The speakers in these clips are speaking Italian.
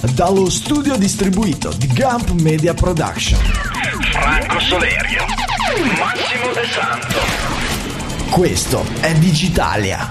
dallo studio distribuito di Gump Media Production. Franco Solerio, Massimo De Santo. Questo è Digitalia.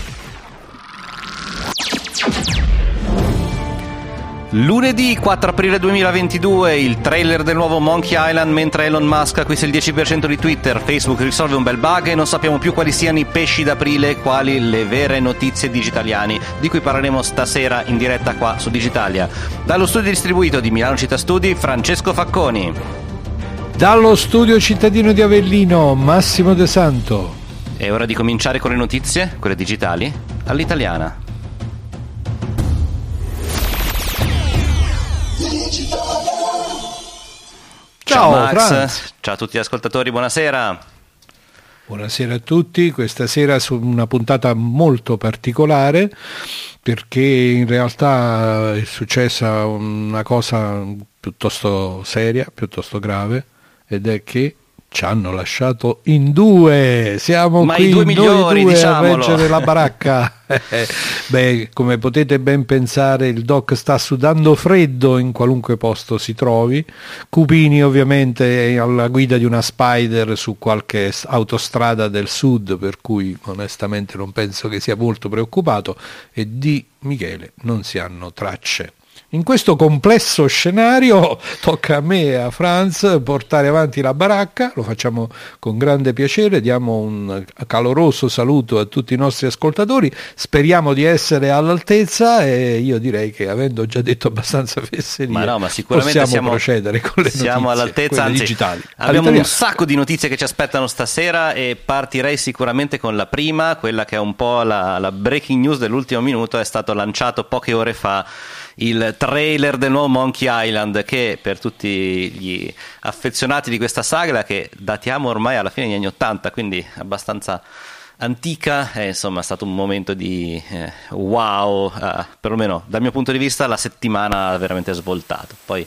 Lunedì 4 aprile 2022, il trailer del nuovo Monkey Island, mentre Elon Musk acquista il 10% di Twitter, Facebook risolve un bel bug e non sappiamo più quali siano i pesci d'aprile, quali le vere notizie digitaliane, di cui parleremo stasera in diretta qua su Digitalia. Dallo studio distribuito di Milano Città Studi, Francesco Facconi. Dallo studio cittadino di Avellino, Massimo De Santo. È ora di cominciare con le notizie, quelle digitali, all'italiana. Ciao Max, Franz. Ciao a tutti gli ascoltatori, buonasera. Buonasera a tutti, questa sera su una puntata molto particolare perché in realtà è successa una cosa piuttosto seria, piuttosto grave, ed è che ci hanno lasciato in due, siamo ma qui i due migliori, diciamolo, a reggere la baracca. Beh, come potete ben pensare, il doc sta sudando freddo in qualunque posto si trovi. Cupini ovviamente è alla guida di una Spider su qualche autostrada del sud, per cui onestamente non penso che sia molto preoccupato, e di Michele non si hanno tracce. In questo complesso scenario tocca a me e a Franz portare avanti la baracca, lo facciamo con grande piacere, diamo un caloroso saluto a tutti i nostri ascoltatori, speriamo di essere all'altezza e io direi che, avendo già detto abbastanza fesserie, ma sicuramente possiamo procedere con le siamo notizie, all'altezza, anzi, digitali. Abbiamo un sacco di notizie che ci aspettano stasera e partirei sicuramente con la prima, quella che è un po' la breaking news dell'ultimo minuto. È stato lanciato poche ore fa il trailer del nuovo Monkey Island, che per tutti gli affezionati di questa saga, che datiamo ormai alla fine degli anni 80, quindi abbastanza antica, insomma è stato un momento di wow, perlomeno dal mio punto di vista la settimana ha veramente svoltato. Poi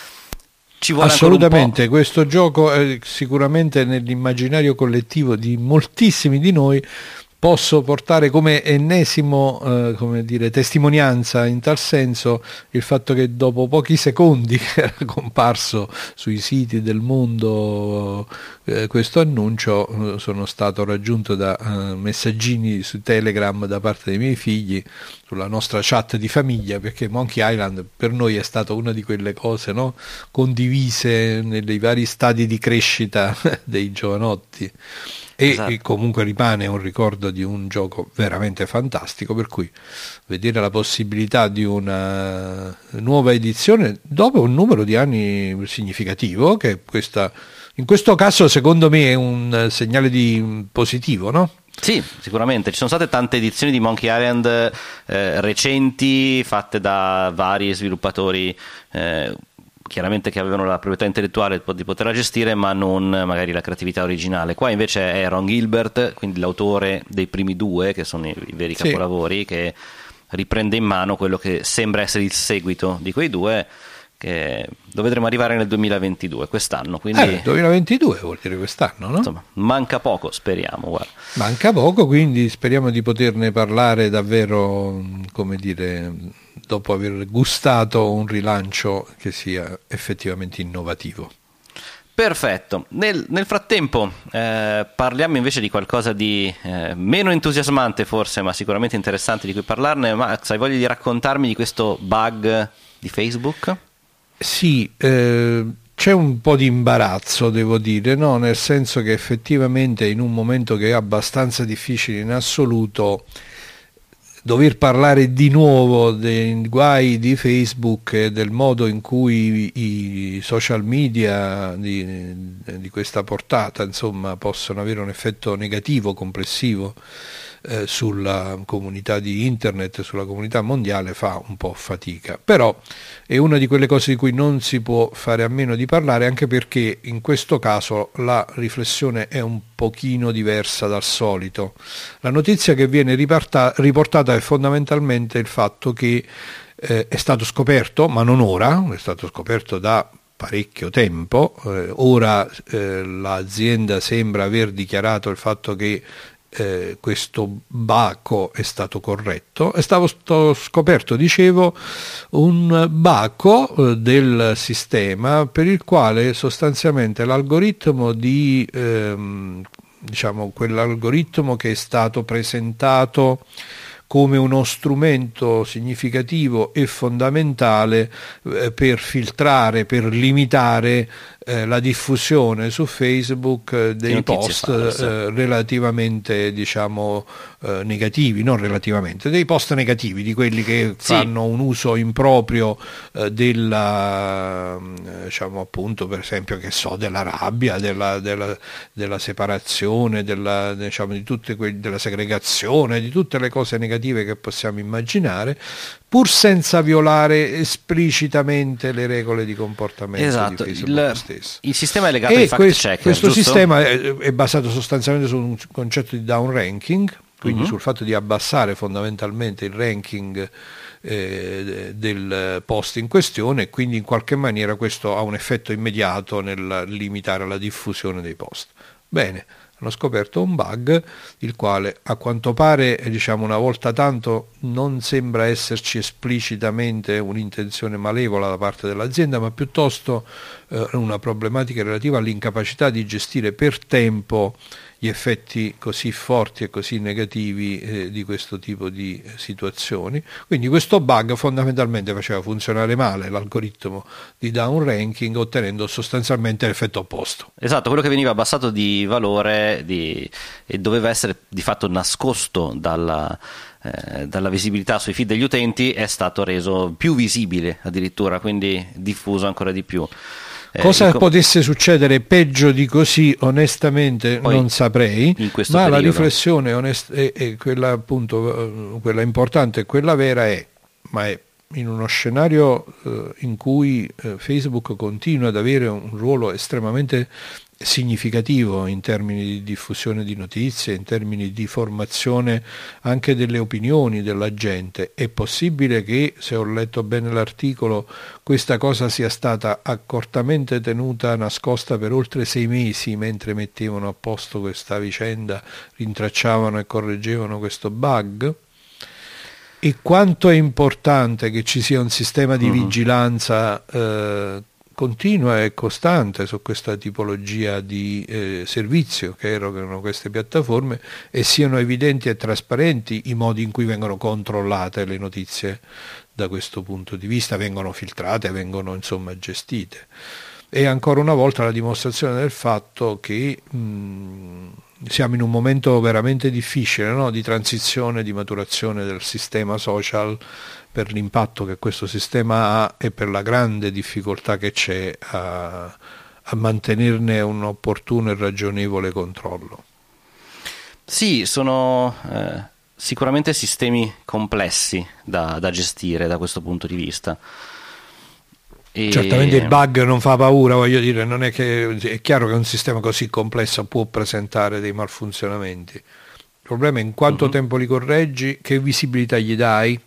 ci vuole assolutamente, questo gioco è sicuramente nell'immaginario collettivo di moltissimi di noi. Posso portare come ennesimo testimonianza in tal senso il fatto che dopo pochi secondi che era comparso sui siti del mondo questo annuncio, sono stato raggiunto da messaggini su Telegram da parte dei miei figli, sulla nostra chat di famiglia, perché Monkey Island per noi è stata una di quelle cose, no, condivise nei vari stadi di crescita dei giovanotti. Esatto. E comunque rimane un ricordo di un gioco veramente fantastico, per cui vedere la possibilità di una nuova edizione dopo un numero di anni significativo, che in questo caso secondo me è un segnale di positivo, no? Sì, sicuramente. Ci sono state tante edizioni di Monkey Island recenti, fatte da vari sviluppatori chiaramente che avevano la proprietà intellettuale di poterla gestire, ma non magari la creatività originale. Qua invece è Ron Gilbert, quindi l'autore dei primi due, che sono i veri capolavori, che riprende in mano quello che sembra essere il seguito di quei due, che lo vedremo arrivare nel 2022, quest'anno. Quindi 2022 vuol dire quest'anno, no? Insomma, manca poco, speriamo. Guarda. Manca poco, quindi speriamo di poterne parlare davvero, come dire, dopo aver gustato un rilancio che sia effettivamente innovativo. Perfetto. Nel frattempo parliamo invece di qualcosa di meno entusiasmante forse, ma sicuramente interessante di cui parlarne. Max, hai voglia di raccontarmi di questo bug di Facebook? Sì, c'è un po' di imbarazzo, devo dire, no? Nel senso che effettivamente in un momento che è abbastanza difficile in assoluto, dover parlare di nuovo dei guai di Facebook e del modo in cui i social media di questa portata, insomma, possono avere un effetto negativo, complessivo sulla comunità di internet, sulla comunità mondiale, fa un po' fatica. Però è una di quelle cose di cui non si può fare a meno di parlare, anche perché in questo caso la riflessione è un pochino diversa dal solito. La notizia che viene riportata è fondamentalmente il fatto che è stato scoperto, ma non ora, è stato scoperto da parecchio tempo, ora l'azienda sembra aver dichiarato il fatto che questo baco è stato corretto. È stato scoperto, dicevo, un baco del sistema per il quale sostanzialmente l'algoritmo diciamo quell'algoritmo che è stato presentato come uno strumento significativo e fondamentale per filtrare, per limitare la diffusione su Facebook dei post relativamente, diciamo, negativi, non relativamente, dei post negativi, di quelli che fanno un uso improprio della, diciamo, appunto, per esempio, che so, della rabbia, della separazione, diciamo, di tutte della segregazione, di tutte le cose negative che possiamo immaginare, pur senza violare esplicitamente le regole di comportamento di Facebook stesso. Il sistema è legato ai fact checker. Questo sistema è basato sostanzialmente su un concetto di down ranking, quindi sul fatto di abbassare fondamentalmente il ranking del post in questione, e quindi in qualche maniera questo ha un effetto immediato nel limitare la diffusione dei post. Bene, hanno scoperto un bug, il quale a quanto pare, diciamo, una volta tanto non sembra esserci esplicitamente un'intenzione malevola da parte dell'azienda, ma piuttosto una problematica relativa all'incapacità di gestire per tempo gli effetti così forti e così negativi di questo tipo di situazioni. Quindi questo bug fondamentalmente faceva funzionare male l'algoritmo di down ranking, ottenendo sostanzialmente l'effetto opposto. Esatto, quello che veniva abbassato di valore e doveva essere di fatto nascosto dalla visibilità sui feed degli utenti è stato reso più visibile addirittura, quindi diffuso ancora di più. Cosa potesse succedere peggio di così, onestamente non saprei, ma la riflessione è quella, appunto, quella importante e quella vera è in uno scenario in cui Facebook continua ad avere un ruolo estremamente significativo in termini di diffusione di notizie, in termini di formazione anche delle opinioni della gente. È possibile che, se ho letto bene l'articolo, questa cosa sia stata accortamente tenuta nascosta per oltre 6 mesi mentre mettevano a posto questa vicenda, rintracciavano e correggevano questo bug? E quanto è importante che ci sia un sistema di vigilanza continua e costante su questa tipologia di servizio che erogano queste piattaforme, e siano evidenti e trasparenti i modi in cui vengono controllate le notizie da questo punto di vista, vengono filtrate, vengono insomma gestite. E ancora una volta la dimostrazione del fatto che siamo in un momento veramente difficile, no? Di transizione, di maturazione del sistema social, per l'impatto che questo sistema ha e per la grande difficoltà che c'è a mantenerne un opportuno e ragionevole controllo. Sì, sono sicuramente sistemi complessi da gestire da questo punto di vista. Certamente il bug non fa paura, voglio dire, non è che è chiaro che un sistema così complesso può presentare dei malfunzionamenti. Il problema è in quanto tempo li correggi, che visibilità gli dai,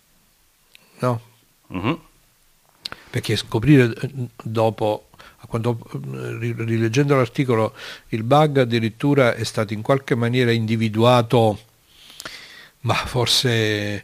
no? Perché scoprire dopo, rileggendo l'articolo, il bug addirittura è stato in qualche maniera individuato, ma forse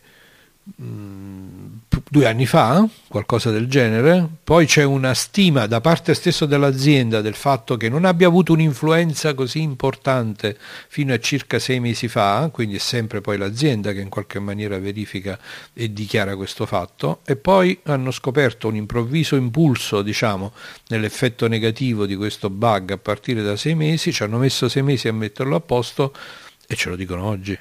2 anni fa, qualcosa del genere. Poi c'è una stima da parte stesso dell'azienda del fatto che non abbia avuto un'influenza così importante fino a circa 6 mesi fa, quindi è sempre poi l'azienda che in qualche maniera verifica e dichiara questo fatto. E poi hanno scoperto un improvviso impulso, diciamo, nell'effetto negativo di questo bug a partire da 6 mesi, ci hanno messo 6 mesi a metterlo a posto e ce lo dicono oggi.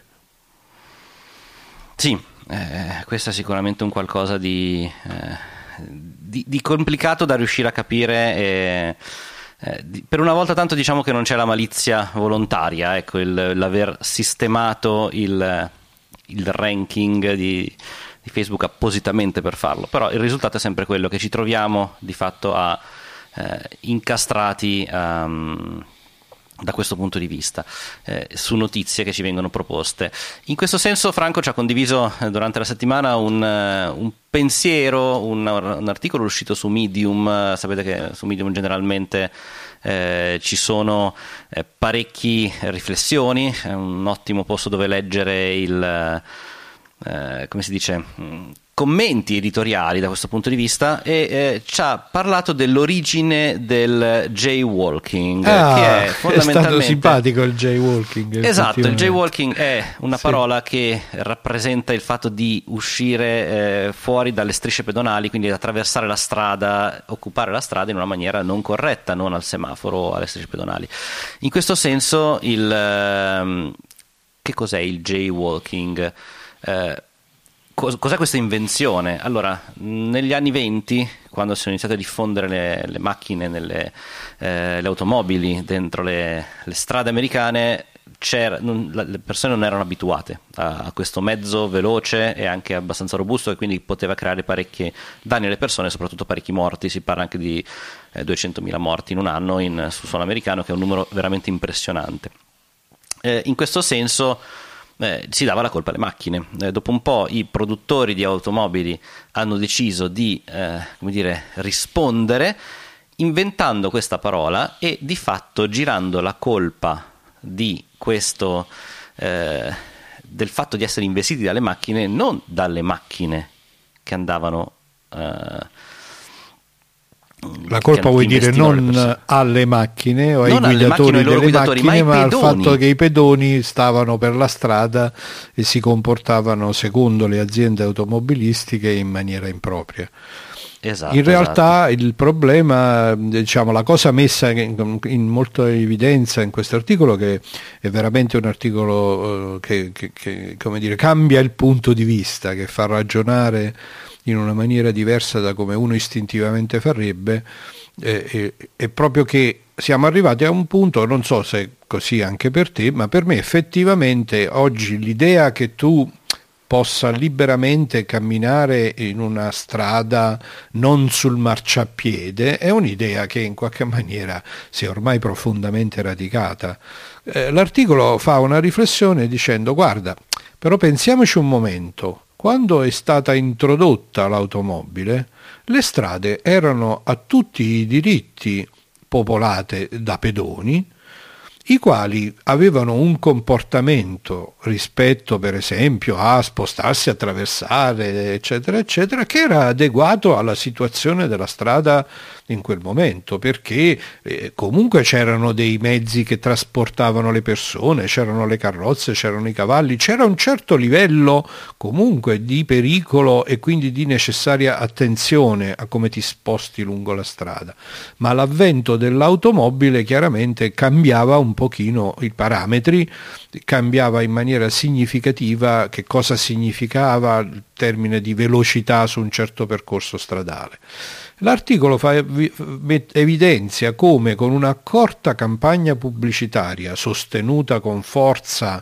Sì. Questo è sicuramente un qualcosa di complicato da riuscire a capire. Per una volta tanto diciamo che non c'è la malizia volontaria, ecco, l'aver sistemato il ranking di Facebook appositamente per farlo, però il risultato è sempre quello, che ci troviamo di fatto incastrati da questo punto di vista su notizie che ci vengono proposte. In questo senso Franco ci ha condiviso durante la settimana un pensiero, un articolo uscito su Medium. Sapete che su Medium generalmente ci sono parecchie riflessioni, è un ottimo posto dove leggere come si dice, commenti editoriali da questo punto di vista, e ci ha parlato dell'origine del jaywalking, che è fondamentalmente... È stato simpatico il jaywalking. Esatto, il jaywalking è una parola che rappresenta il fatto di uscire fuori dalle strisce pedonali, quindi attraversare la strada, occupare la strada in una maniera non corretta, non al semaforo o alle strisce pedonali. In questo senso, che cos'è il jaywalking? Cos'è questa invenzione? Allora, negli anni 20, quando sono iniziate a diffondere le macchine, le automobili dentro le strade americane, le persone non erano abituate a questo mezzo veloce e anche abbastanza robusto, e quindi poteva creare parecchi danni alle persone, soprattutto parecchi morti. Si parla anche di 200.000 morti in un anno sul suolo americano, che è un numero veramente impressionante. In questo senso si dava la colpa alle macchine. Dopo un po' i produttori di automobili hanno deciso di rispondere inventando questa parola e di fatto girando la colpa di questo del fatto di essere investiti dalle macchine, non dalle macchine che andavano la colpa vuoi dire non alle macchine o ai guidatori delle macchine, ma al fatto che i pedoni stavano per la strada e si comportavano secondo le aziende automobilistiche in maniera impropria. Esatto, in realtà il problema, diciamo, la cosa messa in molta evidenza in questo articolo, che è veramente un articolo che come dire, cambia il punto di vista, che fa ragionare in una maniera diversa da come uno istintivamente farebbe, è proprio che siamo arrivati a un punto, non so se è così anche per te, ma per me effettivamente oggi l'idea che tu possa liberamente camminare in una strada non sul marciapiede è un'idea che in qualche maniera si è ormai profondamente radicata. L'articolo fa una riflessione dicendo: guarda, però pensiamoci un momento, quando è stata introdotta l'automobile, le strade erano a tutti i diritti popolate da pedoni, i quali avevano un comportamento rispetto, per esempio, a spostarsi, attraversare, eccetera, eccetera, che era adeguato alla situazione della strada in quel momento, perché comunque c'erano dei mezzi che trasportavano le persone, c'erano le carrozze, c'erano i cavalli, c'era un certo livello comunque di pericolo e quindi di necessaria attenzione a come ti sposti lungo la strada. Ma l'avvento dell'automobile chiaramente cambiava un pochino i parametri, cambiava in maniera significativa che cosa significava il termine di velocità su un certo percorso stradale. L'articolo evidenzia come, con un'accorta campagna pubblicitaria sostenuta con forza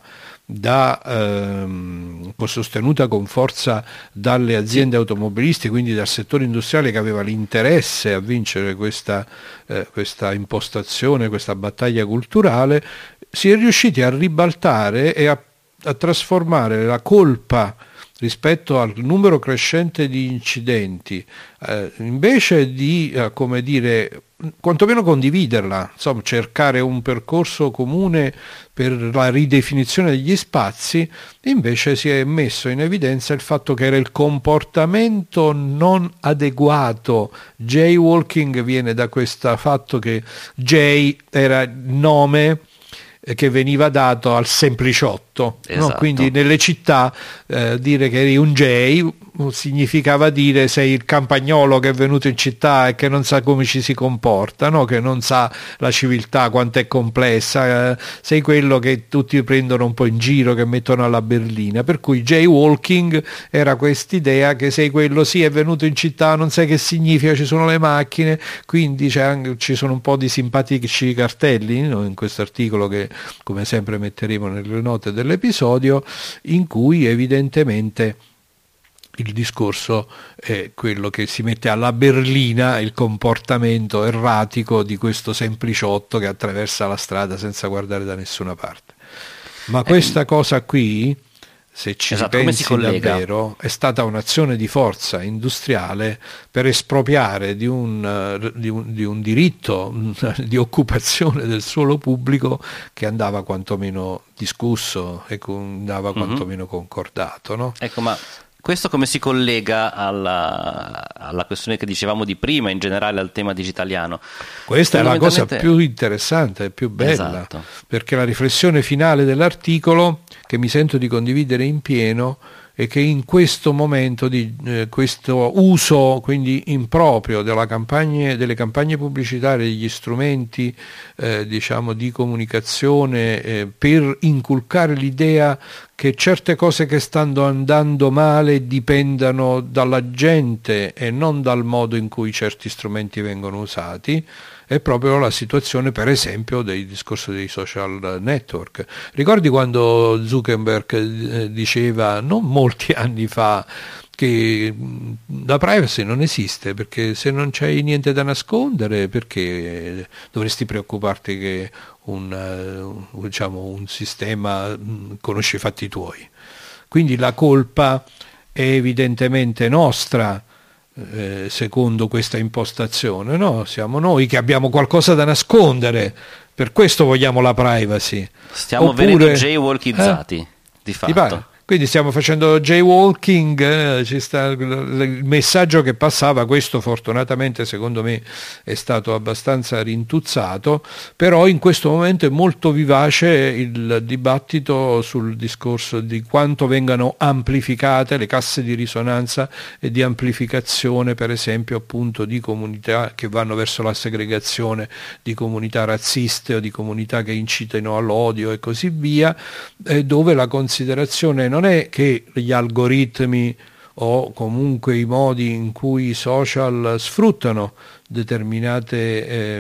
dalle aziende automobilistiche, quindi dal settore industriale che aveva l'interesse a vincere questa impostazione, questa battaglia culturale, si è riusciti a ribaltare e a trasformare la colpa rispetto al numero crescente di incidenti, invece di, come dire, quantomeno condividerla, insomma, cercare un percorso comune per la ridefinizione degli spazi, invece si è messo in evidenza il fatto che era il comportamento non adeguato. Jaywalking viene da questo fatto che Jay era il nome che veniva dato al sempliciotto, esatto. No? Quindi nelle città dire che eri un Jay significava dire sei il campagnolo che è venuto in città e che non sa come ci si comporta, no? Che non sa la civiltà quanto è complessa, sei quello che tutti prendono un po' in giro, che mettono alla berlina, per cui jaywalking era quest'idea che sei quello, sì, è venuto in città, non sai che significa, ci sono le macchine, quindi ci sono un po' di simpatici cartelli, no? In questo articolo, che come sempre metteremo nelle note dell'episodio, in cui evidentemente il discorso è quello che si mette alla berlina il comportamento erratico di questo sempliciotto che attraversa la strada senza guardare da nessuna parte. Ma questa cosa qui se ci Esatto, come si pensi collega? davvero, è stata un'azione di forza industriale per espropriare di un diritto di occupazione del suolo pubblico che andava quantomeno discusso e andava quantomeno concordato, no? Ecco, ma questo come si collega alla questione che dicevamo di prima, in generale al tema digitaliano? Questa è la cosa Fondamentalmente- più interessante e più bella, Esatto. perché la riflessione finale dell'articolo, che mi sento di condividere in pieno, è che in questo momento di questo uso quindi improprio delle campagne pubblicitarie, degli strumenti diciamo di comunicazione per inculcare l'idea che certe cose che stanno andando male dipendano dalla gente e non dal modo in cui certi strumenti vengono usati, è proprio la situazione, per esempio, del discorso dei social network. Ricordi quando Zuckerberg diceva, non molti anni fa, che la privacy non esiste, perché se non c'hai niente da nascondere, perché dovresti preoccuparti che un sistema conosce i fatti tuoi? Quindi la colpa è evidentemente nostra, secondo questa impostazione, no? Siamo noi che abbiamo qualcosa da nascondere, per questo vogliamo la privacy. Stiamo venendo jaywalkizzati, di Ti pare? fatto. Quindi stiamo facendo jaywalking, ci sta il messaggio che passava, questo fortunatamente secondo me è stato abbastanza rintuzzato, però in questo momento è molto vivace il dibattito sul discorso di quanto vengano amplificate le casse di risonanza e di amplificazione, per esempio appunto di comunità che vanno verso la segregazione, di comunità razziste o di comunità che incitano all'odio e così via, dove la considerazione non è che gli algoritmi o comunque i modi in cui i social sfruttano determinate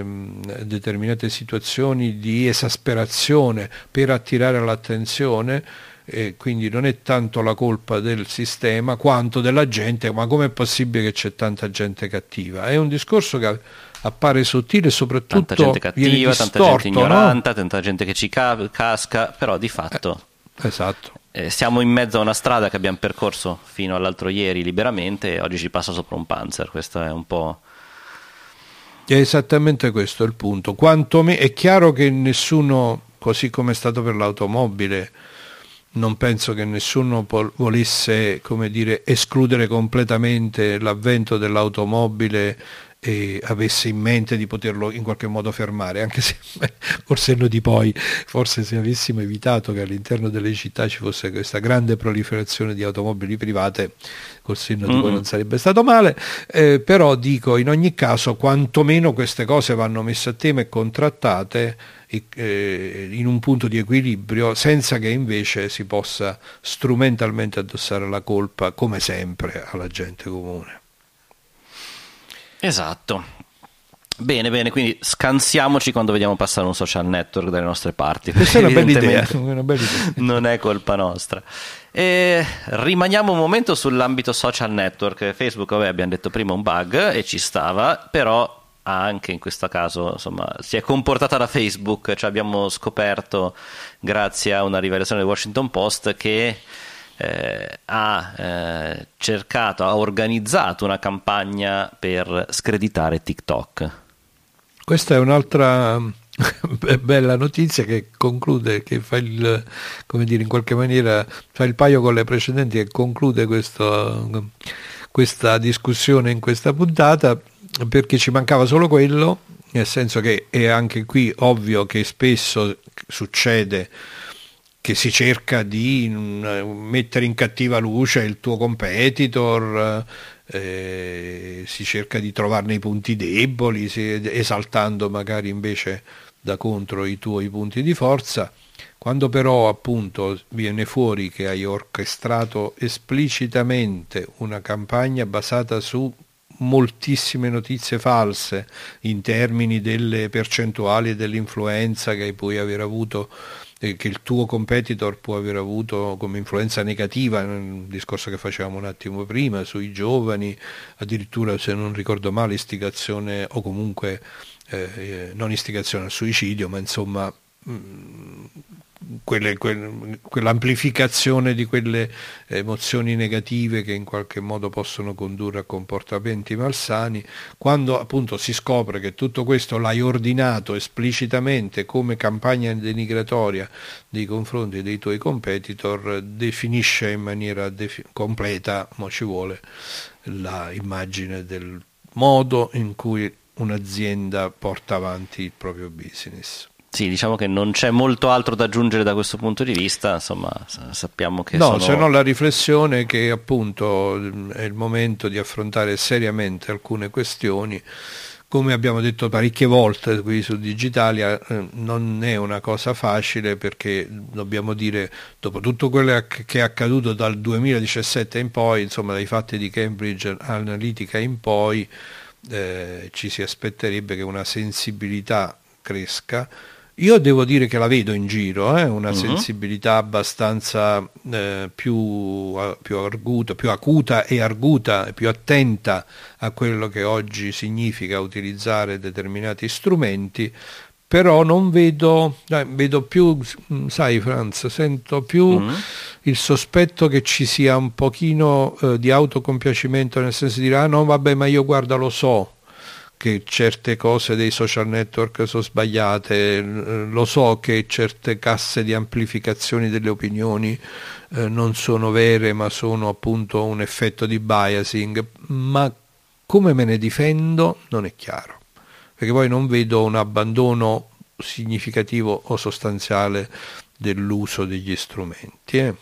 situazioni di esasperazione per attirare l'attenzione, quindi non è tanto la colpa del sistema quanto della gente. Ma com'è possibile che c'è tanta gente cattiva? È un discorso che appare sottile e soprattutto Tanta gente viene cattiva, tanta distorto, gente ignorante, tanta gente che ci casca, però di fatto... Esatto. Siamo in mezzo a una strada che abbiamo percorso fino all'altro ieri liberamente e oggi ci passa sopra un Panzer. Questo è un po'... È esattamente questo il punto. È chiaro che nessuno, così come è stato per l'automobile, non penso che nessuno volesse, come dire, escludere completamente l'avvento dell'automobile e avesse in mente di poterlo in qualche modo fermare, anche se col senno di poi, forse se avessimo evitato che all'interno delle città ci fosse questa grande proliferazione di automobili private, col senno di poi non sarebbe stato male, però dico, in ogni caso, quantomeno queste cose vanno messe a tema e contrattate in un punto di equilibrio, senza che invece si possa strumentalmente addossare la colpa, come sempre, alla gente comune. Esatto. Bene, bene, quindi scansiamoci quando vediamo passare un social network dalle nostre parti. Questa è una bella idea, Evidentemente una bella idea. non è colpa nostra. E rimaniamo un momento sull'ambito social network. Facebook, vabbè, abbiamo detto prima un bug e ci stava, però anche in questo caso, insomma, si è comportata da Facebook, cioè abbiamo scoperto, grazie a una rivelazione del Washington Post, che ha organizzato una campagna per screditare TikTok. Questa è un'altra bella notizia che conclude, che fa come dire, in qualche maniera fa il paio con le precedenti e conclude questa discussione in questa puntata, perché ci mancava solo quello, nel senso che è anche qui ovvio che spesso succede che si cerca di mettere in cattiva luce il tuo competitor, si cerca di trovarne i punti deboli, esaltando magari invece da contro i tuoi punti di forza. Quando però appunto viene fuori che hai orchestrato esplicitamente una campagna basata su moltissime notizie false in termini delle percentuali dell'influenza che puoi aver avuto, che il tuo competitor può aver avuto come influenza negativa, nel discorso che facevamo un attimo prima, sui giovani, addirittura, se non ricordo male, istigazione o comunque non istigazione al suicidio, ma insomma quell'amplificazione di quelle emozioni negative che in qualche modo possono condurre a comportamenti malsani. Quando appunto si scopre che tutto questo l'hai ordinato esplicitamente come campagna denigratoria nei confronti dei tuoi competitor, definisce in maniera completa, ma ci vuole, la immagine del modo in cui un'azienda porta avanti il proprio business. Sì, diciamo che non c'è molto altro da aggiungere da questo punto di vista, insomma, sappiamo che se non la riflessione che appunto è il momento di affrontare seriamente alcune questioni. Come abbiamo detto parecchie volte qui su Digitalia, non è una cosa facile, perché dobbiamo dire, dopo tutto quello che è accaduto dal 2017 in poi, insomma dai fatti di Cambridge Analytica in poi, ci si aspetterebbe che una sensibilità cresca. Io devo dire che la vedo in giro, una sensibilità abbastanza più arguta, più acuta e arguta, più attenta a quello che oggi significa utilizzare determinati strumenti, però non vedo più, sai Franz, sento più il sospetto che ci sia un pochino di autocompiacimento, nel senso di dire no vabbè, ma io guarda lo so che certe cose dei social network sono sbagliate, lo so che certe casse di amplificazioni delle opinioni non sono vere, ma sono appunto un effetto di biasing, ma come me ne difendo non è chiaro, perché poi non vedo un abbandono significativo o sostanziale dell'uso degli strumenti.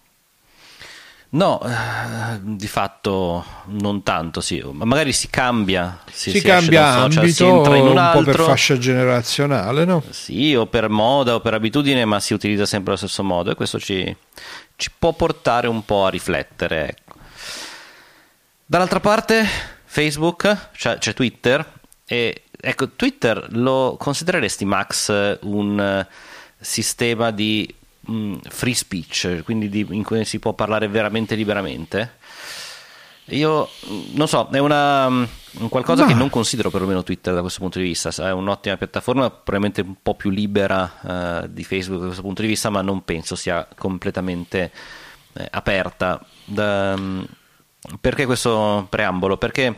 No, di fatto non tanto, sì. Magari si cambia, si cambia social, ambito, si entra in un altro, po' per fascia generazionale, no? Sì, o per moda o per abitudine, ma si utilizza sempre allo stesso modo, e questo ci può portare un po' a riflettere, ecco. Dall'altra parte Facebook, c'è Twitter, e ecco, Twitter lo considereresti, Max, un sistema di free speech, quindi in cui si può parlare veramente liberamente? Io non so, è un qualcosa che non considero perlomeno Twitter da questo punto di vista. È un'ottima piattaforma, probabilmente un po' più libera di Facebook da questo punto di vista, ma non penso sia completamente aperta. Perché questo preambolo? Perché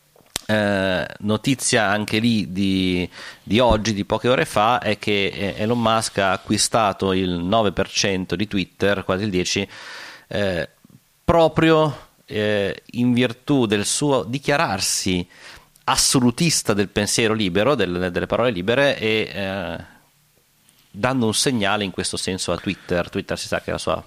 notizia anche lì di oggi, di poche ore fa, è che Elon Musk ha acquistato il 9% di Twitter, quasi il 10%, proprio in virtù del suo dichiararsi assolutista del pensiero libero, delle parole libere, e dando un segnale in questo senso a Twitter. Twitter si sa che è la sua...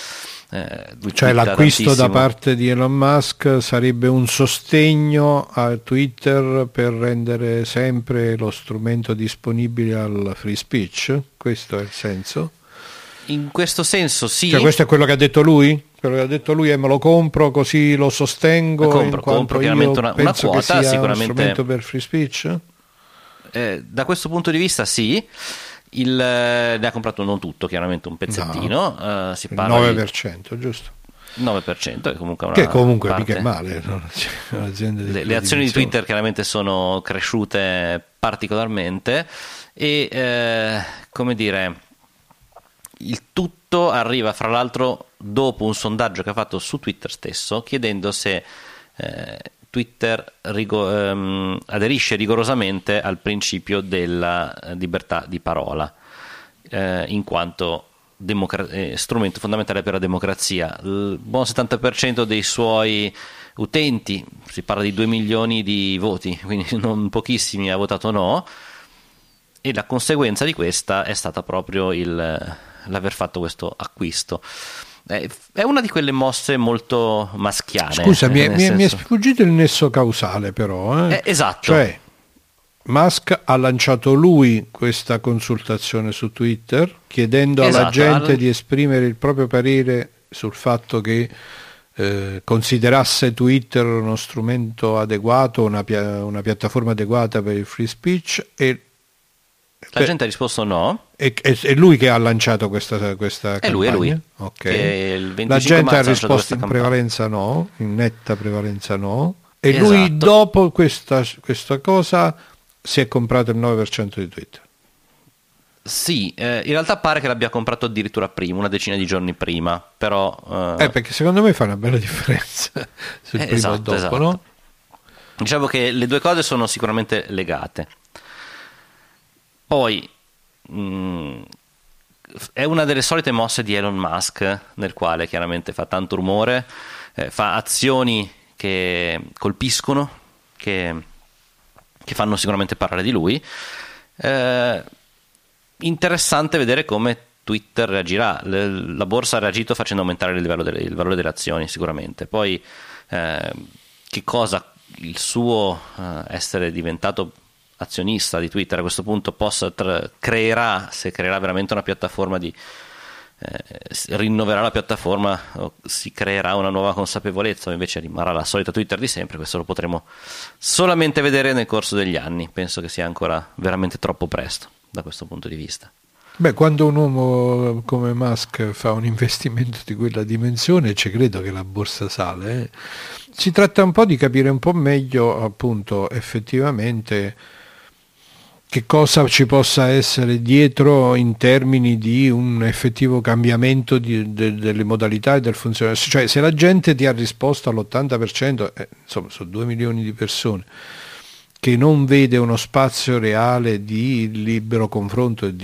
cioè l'acquisto da parte di Elon Musk sarebbe un sostegno a Twitter per rendere sempre lo strumento disponibile al free speech? Questo è il senso? In questo senso sì. Cioè questo è quello che ha detto lui? Quello che ha detto lui è: me lo compro così lo sostengo, compro chiaramente una quota, che sia sicuramente uno strumento per free speech? Da questo punto di vista sì. Ne ha comprato non tutto, chiaramente un pezzettino, no, si il parla 9%, giusto? 9% è comunque una che comunque parte. Mica è male, no? Le azioni di Twitter chiaramente sono cresciute particolarmente, e come dire, il tutto arriva fra l'altro dopo un sondaggio che ha fatto su Twitter stesso, chiedendo se Twitter aderisce rigorosamente al principio della libertà di parola, in quanto strumento fondamentale per la democrazia. Il buon 70% dei suoi utenti, si parla di 2 milioni di voti, quindi non pochissimi, ha votato no, e la conseguenza di questa è stata proprio l'aver fatto questo acquisto. È una di quelle mosse molto maschiane. Scusa, mi è sfuggito il nesso causale, però. Esatto. Cioè, Musk ha lanciato lui questa consultazione su Twitter, chiedendo alla gente di esprimere il proprio parere sul fatto che considerasse Twitter uno strumento adeguato, una piattaforma adeguata per il free speech, e la gente ha risposto no. È lui che ha lanciato questa campagna? È lui. Okay. Il 25 la gente ha risposto risposto in prevalenza no, in netta prevalenza no, e esatto. Lui dopo questa cosa si è comprato il 9% di Twitter. Sì, in realtà pare che l'abbia comprato addirittura prima, una decina di giorni prima, però... perché secondo me fa una bella differenza sul primo esatto, o dopo, esatto. no? Diciamo che le due cose sono sicuramente legate. Poi è una delle solite mosse di Elon Musk, nel quale chiaramente fa tanto rumore, fa azioni che colpiscono, che fanno sicuramente parlare di lui. Interessante vedere come Twitter reagirà. La borsa ha reagito facendo aumentare il valore delle azioni sicuramente. Poi che cosa il suo essere diventato azionista di Twitter a questo punto creerà, se creerà veramente una piattaforma rinnoverà la piattaforma o si creerà una nuova consapevolezza o invece rimarrà la solita Twitter di sempre, questo lo potremo solamente vedere nel corso degli anni. Penso che sia ancora veramente troppo presto da questo punto di vista. Beh, quando un uomo come Musk fa un investimento di quella dimensione, ci credo che la borsa sale. Si tratta un po' di capire un po' meglio, appunto, effettivamente che cosa ci possa essere dietro in termini di un effettivo cambiamento delle modalità e del funzionamento. Cioè, se la gente ti ha risposto all'80%, insomma, sono 2 milioni di persone, che non vede uno spazio reale di libero confronto e di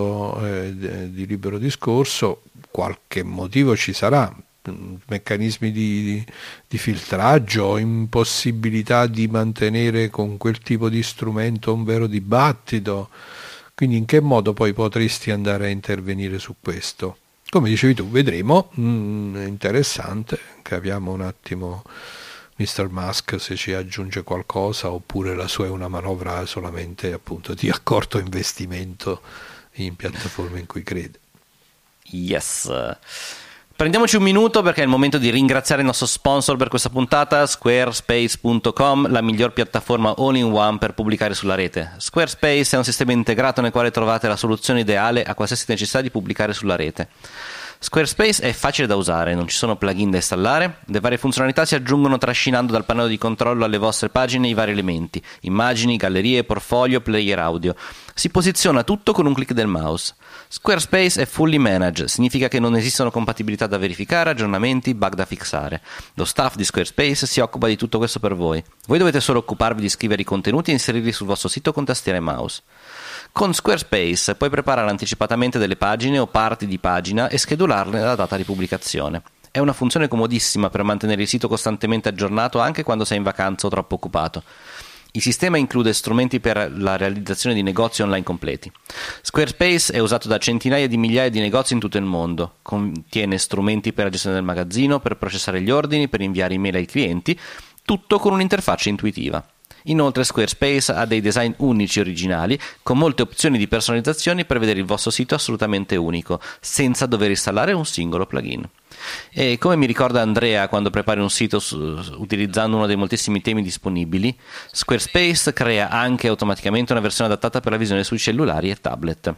libero discorso, qualche motivo ci sarà, meccanismi di filtraggio, impossibilità di mantenere con quel tipo di strumento un vero dibattito. Quindi in che modo poi potresti andare a intervenire su questo? Come dicevi tu, vedremo, è interessante, capiamo un attimo Mr. Musk se ci aggiunge qualcosa oppure la sua è una manovra solamente appunto di accorto investimento in piattaforme in cui crede. Yes. Prendiamoci un minuto perché è il momento di ringraziare il nostro sponsor per questa puntata, Squarespace.com, la miglior piattaforma all-in-one per pubblicare sulla rete. Squarespace è un sistema integrato nel quale trovate la soluzione ideale a qualsiasi necessità di pubblicare sulla rete. Squarespace è facile da usare, non ci sono plugin da installare, le varie funzionalità si aggiungono trascinando dal pannello di controllo alle vostre pagine i vari elementi, immagini, gallerie, portfolio, player audio. Si posiziona tutto con un clic del mouse. Squarespace è fully managed, significa che non esistono compatibilità da verificare, aggiornamenti, bug da fixare. Lo staff di Squarespace si occupa di tutto questo per voi. Voi dovete solo occuparvi di scrivere i contenuti e inserirli sul vostro sito con tastiera e mouse. Con Squarespace puoi preparare anticipatamente delle pagine o parti di pagina e schedularle nella data di pubblicazione. È una funzione comodissima per mantenere il sito costantemente aggiornato anche quando sei in vacanza o troppo occupato. Il sistema include strumenti per la realizzazione di negozi online completi. Squarespace è usato da centinaia di migliaia di negozi in tutto il mondo. Contiene strumenti per la gestione del magazzino, per processare gli ordini, per inviare email ai clienti, tutto con un'interfaccia intuitiva. Inoltre Squarespace ha dei design unici e originali, con molte opzioni di personalizzazione per vedere il vostro sito assolutamente unico, senza dover installare un singolo plugin. E come mi ricorda Andrea quando prepari un sito utilizzando uno dei moltissimi temi disponibili, Squarespace crea anche automaticamente una versione adattata per la visione sui cellulari e tablet.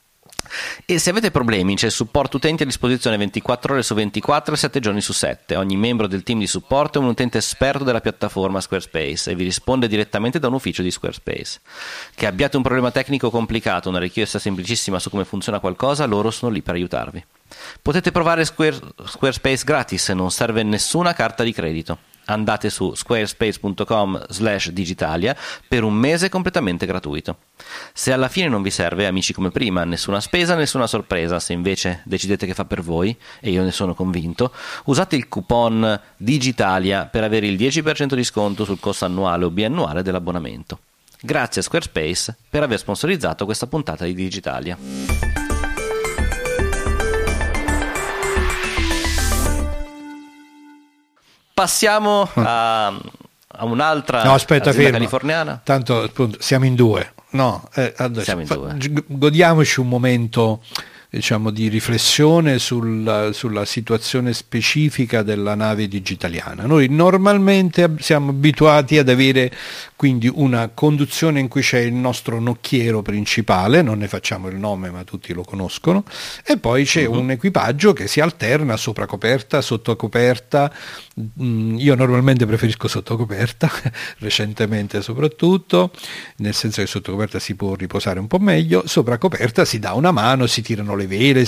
E se avete problemi c'è il supporto utenti a disposizione 24 ore su 24 e 7 giorni su 7. Ogni membro del team di supporto è un utente esperto della piattaforma Squarespace e vi risponde direttamente da un ufficio di Squarespace. Che abbiate un problema tecnico complicato, una richiesta semplicissima su come funziona qualcosa, loro sono lì per aiutarvi. Potete provare Squarespace gratis, non serve nessuna carta di credito. Andate su squarespace.com/digitalia per un mese completamente gratuito. Se alla fine non vi serve, amici come prima, nessuna spesa, nessuna sorpresa. Se invece decidete che fa per voi, e io ne sono convinto, usate il coupon Digitalia per avere il 10% di sconto sul costo annuale o biannuale dell'abbonamento. Grazie a Squarespace per aver sponsorizzato questa puntata di Digitalia. Passiamo a un'altra azienda californiana. Tanto appunto, siamo in due. No, allora, siamo in due. Godiamoci un momento diciamo, di riflessione sulla situazione specifica della nave digitaliana. Noi normalmente siamo abituati ad avere quindi una conduzione in cui c'è il nostro nocchiero principale, non ne facciamo il nome ma tutti lo conoscono, e poi c'è un equipaggio che si alterna sopra coperta, sotto coperta. Io normalmente preferisco sotto coperta, recentemente soprattutto, nel senso che sotto coperta si può riposare un po' meglio, sopra coperta si dà una mano, si tirano le vele,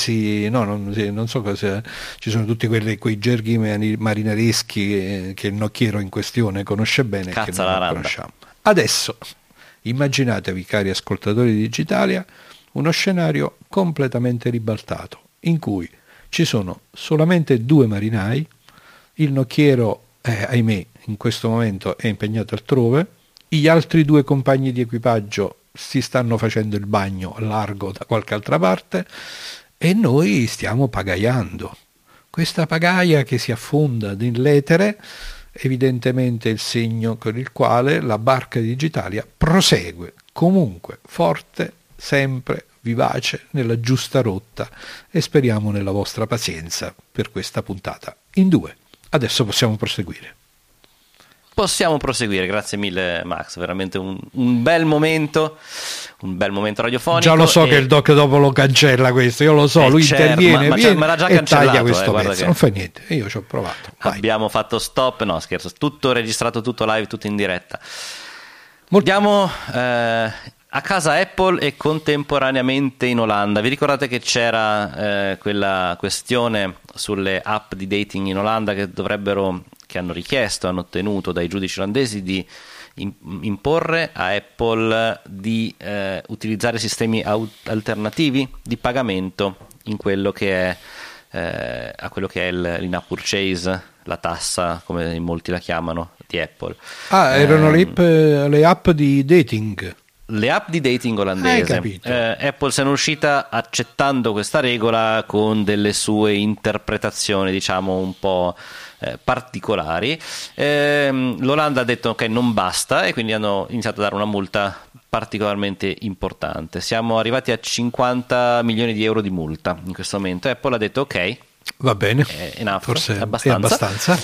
non so cosa, ci sono tutti quei gerghi marinareschi che il nocchiero in questione conosce bene, che noi non conosciamo. Adesso immaginatevi, cari ascoltatori di Digitalia, uno scenario completamente ribaltato, in cui ci sono solamente 2 marinai, il nocchiero, ahimè, in questo momento è impegnato altrove, gli altri 2 compagni di equipaggio si stanno facendo il bagno a largo da qualche altra parte e noi stiamo pagaiando. Questa pagaia che si affonda nell'etere evidentemente il segno con il quale la barca di Digitalia prosegue comunque forte, sempre vivace, nella giusta rotta, e speriamo nella vostra pazienza per questa puntata in 2. Adesso possiamo proseguire. Possiamo proseguire, grazie mille Max, veramente un bel momento radiofonico. Già lo so che il doc dopo lo cancella questo, io lo so, lui interviene me l'ha già e taglia cancellato, questo pezzo, che... non fa niente, io ci ho provato. Vai. Abbiamo fatto stop, no scherzo, tutto registrato, tutto live, tutto in diretta. Andiamo a casa Apple e contemporaneamente in Olanda. Vi ricordate che c'era quella questione sulle app di dating in Olanda che hanno richiesto, hanno ottenuto dai giudici olandesi di imporre a Apple di utilizzare sistemi alternativi di pagamento in quello che è a quello che è l'in-app purchase, la tassa, come in molti la chiamano, di Apple. Erano le app di dating. Le app di dating olandese. Apple se n'è uscita accettando questa regola con delle sue interpretazioni, diciamo, un po' particolari. L'Olanda ha detto che non basta e quindi hanno iniziato a dare una multa particolarmente importante. Siamo arrivati a 50 milioni di euro di multa in questo momento. Apple ha detto ok, va bene, enough, forse è abbastanza.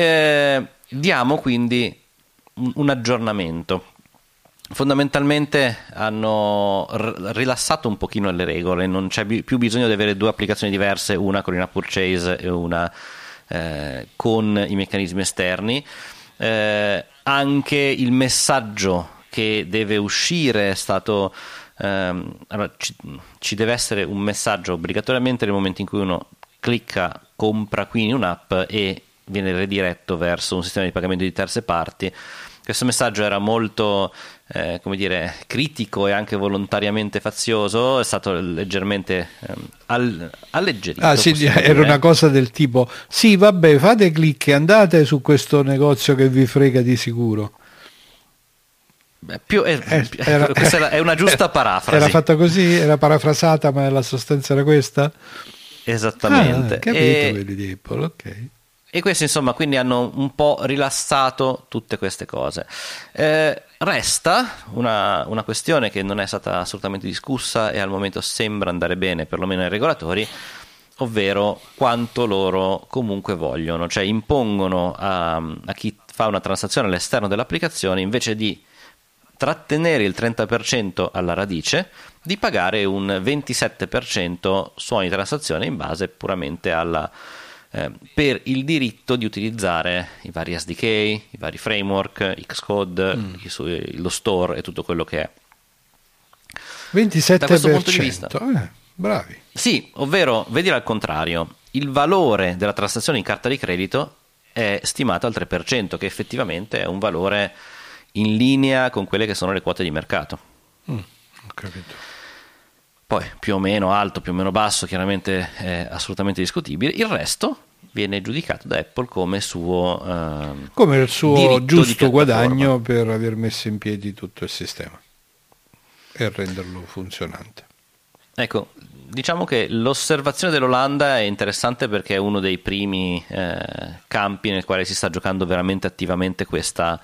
E diamo quindi un aggiornamento. Fondamentalmente hanno rilassato un pochino le regole, non c'è più bisogno di avere 2 applicazioni diverse, una con in-app purchase e una con i meccanismi esterni. Anche il messaggio che deve uscire è stato allora, ci deve essere un messaggio obbligatoriamente nel momento in cui uno clicca compra qui in un'app e viene rediretto verso un sistema di pagamento di terze parti. Questo messaggio era molto come dire, critico e anche volontariamente fazioso, è stato leggermente alleggerito. Sì, era una cosa del tipo: sì, vabbè, fate clic e andate su questo negozio che vi frega di sicuro. Questa è una giusta parafrasi. Era fatta così, era parafrasata, ma la sostanza era questa? Esattamente. Capito, quelli di Apple, ok. E questi insomma quindi hanno un po' rilassato tutte queste cose. Resta una questione che non è stata assolutamente discussa e al momento sembra andare bene, perlomeno ai regolatori, ovvero quanto loro comunque vogliono, cioè impongono a chi fa una transazione all'esterno dell'applicazione, invece di trattenere il 30% alla radice, di pagare un 27% su ogni transazione in base puramente alla per il diritto di utilizzare i vari SDK, i vari framework, Xcode, lo store e tutto quello che è. 27%. Da questo punto di vista, bravi. Sì, ovvero, vedilo al contrario, il valore della transazione in carta di credito è stimato al 3%, che effettivamente è un valore in linea con quelle che sono le quote di mercato. Ho capito. Poi più o meno alto, più o meno basso, chiaramente è assolutamente discutibile. Il resto viene giudicato da Apple come come il suo giusto guadagno per aver messo in piedi tutto il sistema e renderlo funzionante. Ecco, diciamo che l'osservazione dell'Olanda è interessante perché è uno dei primi campi nel quale si sta giocando veramente attivamente questa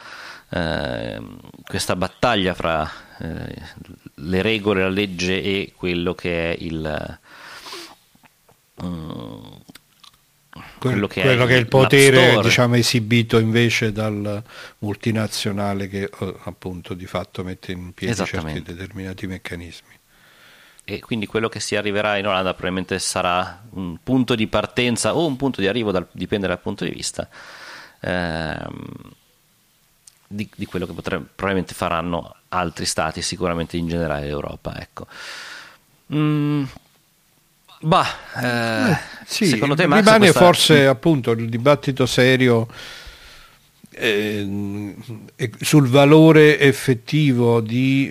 battaglia fra le regole, la legge e quello che è quello che è il potere, diciamo, esibito invece dal multinazionale che appunto di fatto mette in piedi certi determinati meccanismi. E quindi quello che si arriverà in Olanda probabilmente sarà un punto di partenza o un punto di arrivo, dipende dal punto di vista di quello che probabilmente faranno altri stati, sicuramente in generale l'Europa, ecco. Sì, secondo te, Max, rimane forse appunto il dibattito serio sul valore effettivo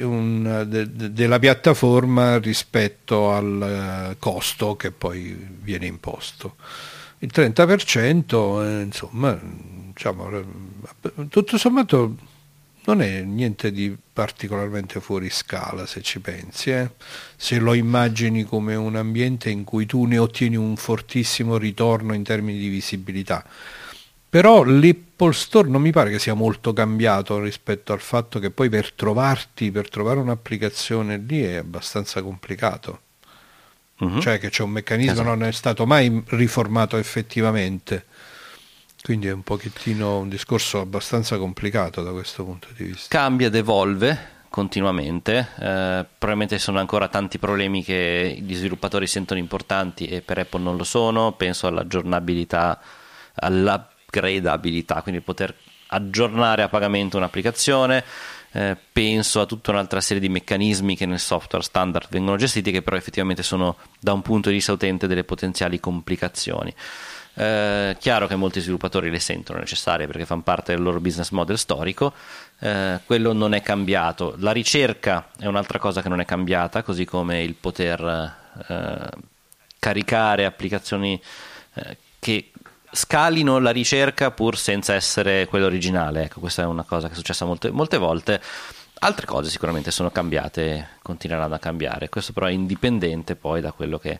della piattaforma rispetto al costo che poi viene imposto. Il 30%, insomma, diciamo, tutto sommato non è niente di particolarmente fuori scala, se ci pensi, se lo immagini come un ambiente in cui tu ne ottieni un fortissimo ritorno in termini di visibilità. Però l'Apple Store non mi pare che sia molto cambiato rispetto al fatto che poi per trovare un'applicazione lì è abbastanza complicato. Cioè che c'è un meccanismo, non è stato mai riformato effettivamente. Quindi è un pochettino un discorso abbastanza complicato da questo punto di vista. Cambia ed evolve continuamente, probabilmente sono ancora tanti problemi che gli sviluppatori sentono importanti e per Apple non lo sono. Penso all'aggiornabilità, all'upgradeabilità, quindi poter aggiornare a pagamento un'applicazione. Penso a tutta un'altra serie di meccanismi che nel software standard vengono gestiti, che però effettivamente sono da un punto di vista utente delle potenziali complicazioni. Chiaro che molti sviluppatori le sentono necessarie perché fanno parte del loro business model storico, quello non è cambiato. La ricerca è un'altra cosa che non è cambiata, così come il poter caricare applicazioni che scalino la ricerca pur senza essere quella originale. Ecco, questa è una cosa che è successa molte volte. Altre cose sicuramente sono cambiate, continueranno a cambiare. Questo però è indipendente poi da quello che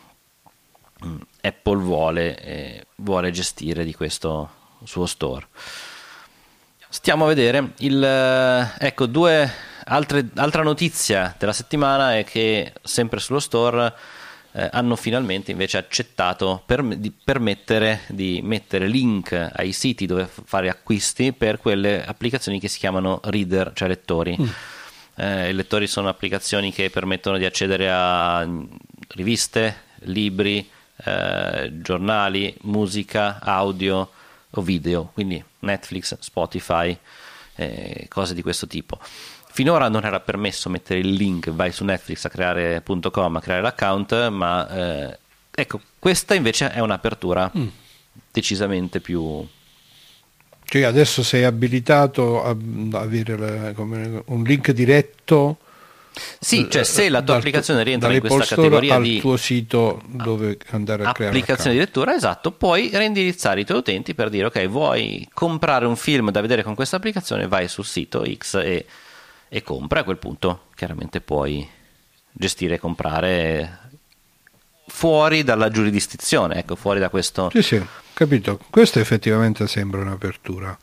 Apple vuole gestire di questo suo store. Stiamo a vedere. Ecco, altra notizia della settimana è che sempre sullo store hanno finalmente invece accettato di permettere di mettere link ai siti dove fare acquisti per quelle applicazioni che si chiamano reader, cioè lettori. I lettori sono applicazioni che permettono di accedere a riviste, libri, giornali, musica, audio o video, quindi Netflix, Spotify, cose di questo tipo. Finora non era permesso mettere il link, vai su Netflix a creare.com a creare l'account, ma ecco, questa invece è un'apertura decisamente più... Cioè adesso sei abilitato a avere un link diretto. Sì, cioè se la tua applicazione rientra in questa categoria al tuo sito dove andare a creare applicazione di lettura, esatto, puoi reindirizzare i tuoi utenti per dire ok, vuoi comprare un film da vedere con questa applicazione, vai sul sito X e compra. A quel punto chiaramente puoi gestire e comprare fuori dalla giurisdizione, ecco, fuori da questo... Sì, capito. Questo effettivamente sembra un'apertura.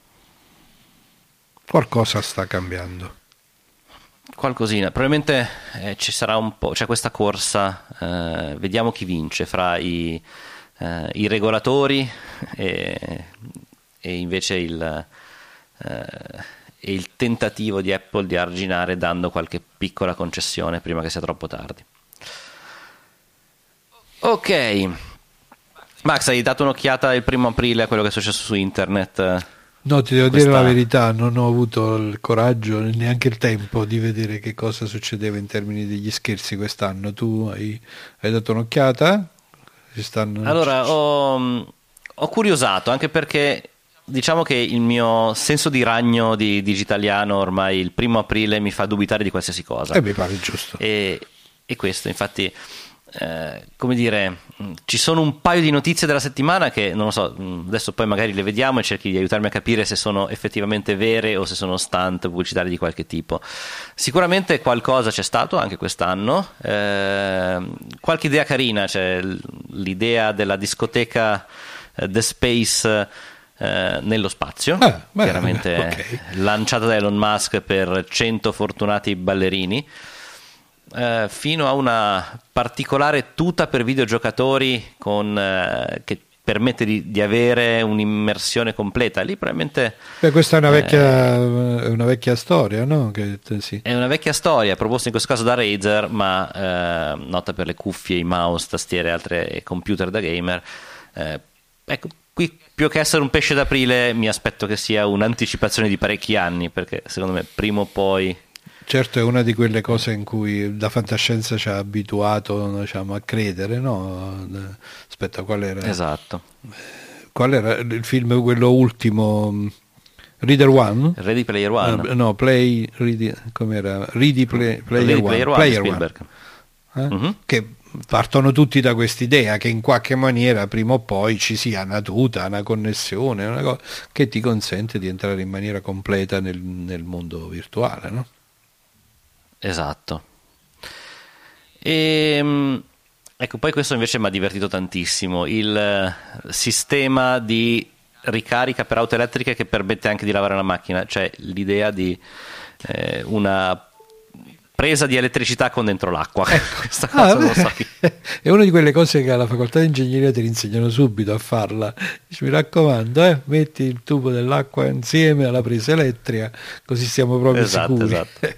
Qualcosa sta cambiando. Qualcosina, probabilmente ci sarà un po', c'è questa corsa, vediamo chi vince fra i regolatori e invece il tentativo di Apple di arginare dando qualche piccola concessione prima che sia troppo tardi. Ok, Max, hai dato un'occhiata il 1° aprile a quello che è successo su internet? No, ti devo dire la verità, non ho avuto il coraggio neanche il tempo di vedere che cosa succedeva in termini degli scherzi quest'anno. Tu hai dato un'occhiata? Allora, ho curiosato, anche perché diciamo che il mio senso di ragno di digitaliano ormai il 1° aprile mi fa dubitare di qualsiasi cosa. Mi pare giusto. E questo, infatti... come dire, ci sono un paio di notizie della settimana che non lo so, adesso poi magari le vediamo e cerchi di aiutarmi a capire se sono effettivamente vere o se sono stunt pubblicitari di qualche tipo. Sicuramente qualcosa c'è stato anche quest'anno, qualche idea carina, c'è l'idea della discoteca The Space nello spazio, chiaramente okay. Lanciata da Elon Musk per 100 fortunati ballerini. fino a una particolare tuta per videogiocatori che permette di avere un'immersione completa. Lì probabilmente questa è una vecchia storia, no? Sì. È una vecchia storia proposta in questo caso da Razer, ma nota per le cuffie, i mouse, tastiere e altre computer da gamer. Ecco, qui più che essere un pesce d'aprile mi aspetto che sia un'anticipazione di parecchi anni, perché secondo me prima o poi... Certo, è una di quelle cose in cui la fantascienza ci ha abituato, diciamo, a credere, no? Aspetta, qual era? Esatto. Qual era il film, quello ultimo? Reader One? Ready Player One? No, com'era? Player One, Spielberg. Mm-hmm. Che partono tutti da quest'idea che in qualche maniera prima o poi ci sia una tuta, una connessione, una cosa che ti consente di entrare in maniera completa nel mondo virtuale, no? Esatto. Ecco, poi questo invece mi ha divertito tantissimo, il sistema di ricarica per auto elettriche che permette anche di lavare una macchina, cioè l'idea di una presa di elettricità con dentro l'acqua. Questa cosa non so è una di quelle cose che alla facoltà di ingegneria ti insegnano subito a farla. Dici, mi raccomando, metti il tubo dell'acqua insieme alla presa elettrica, così siamo proprio sicuri. Esatto.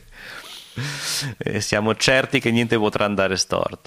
E siamo certi che niente potrà andare storto.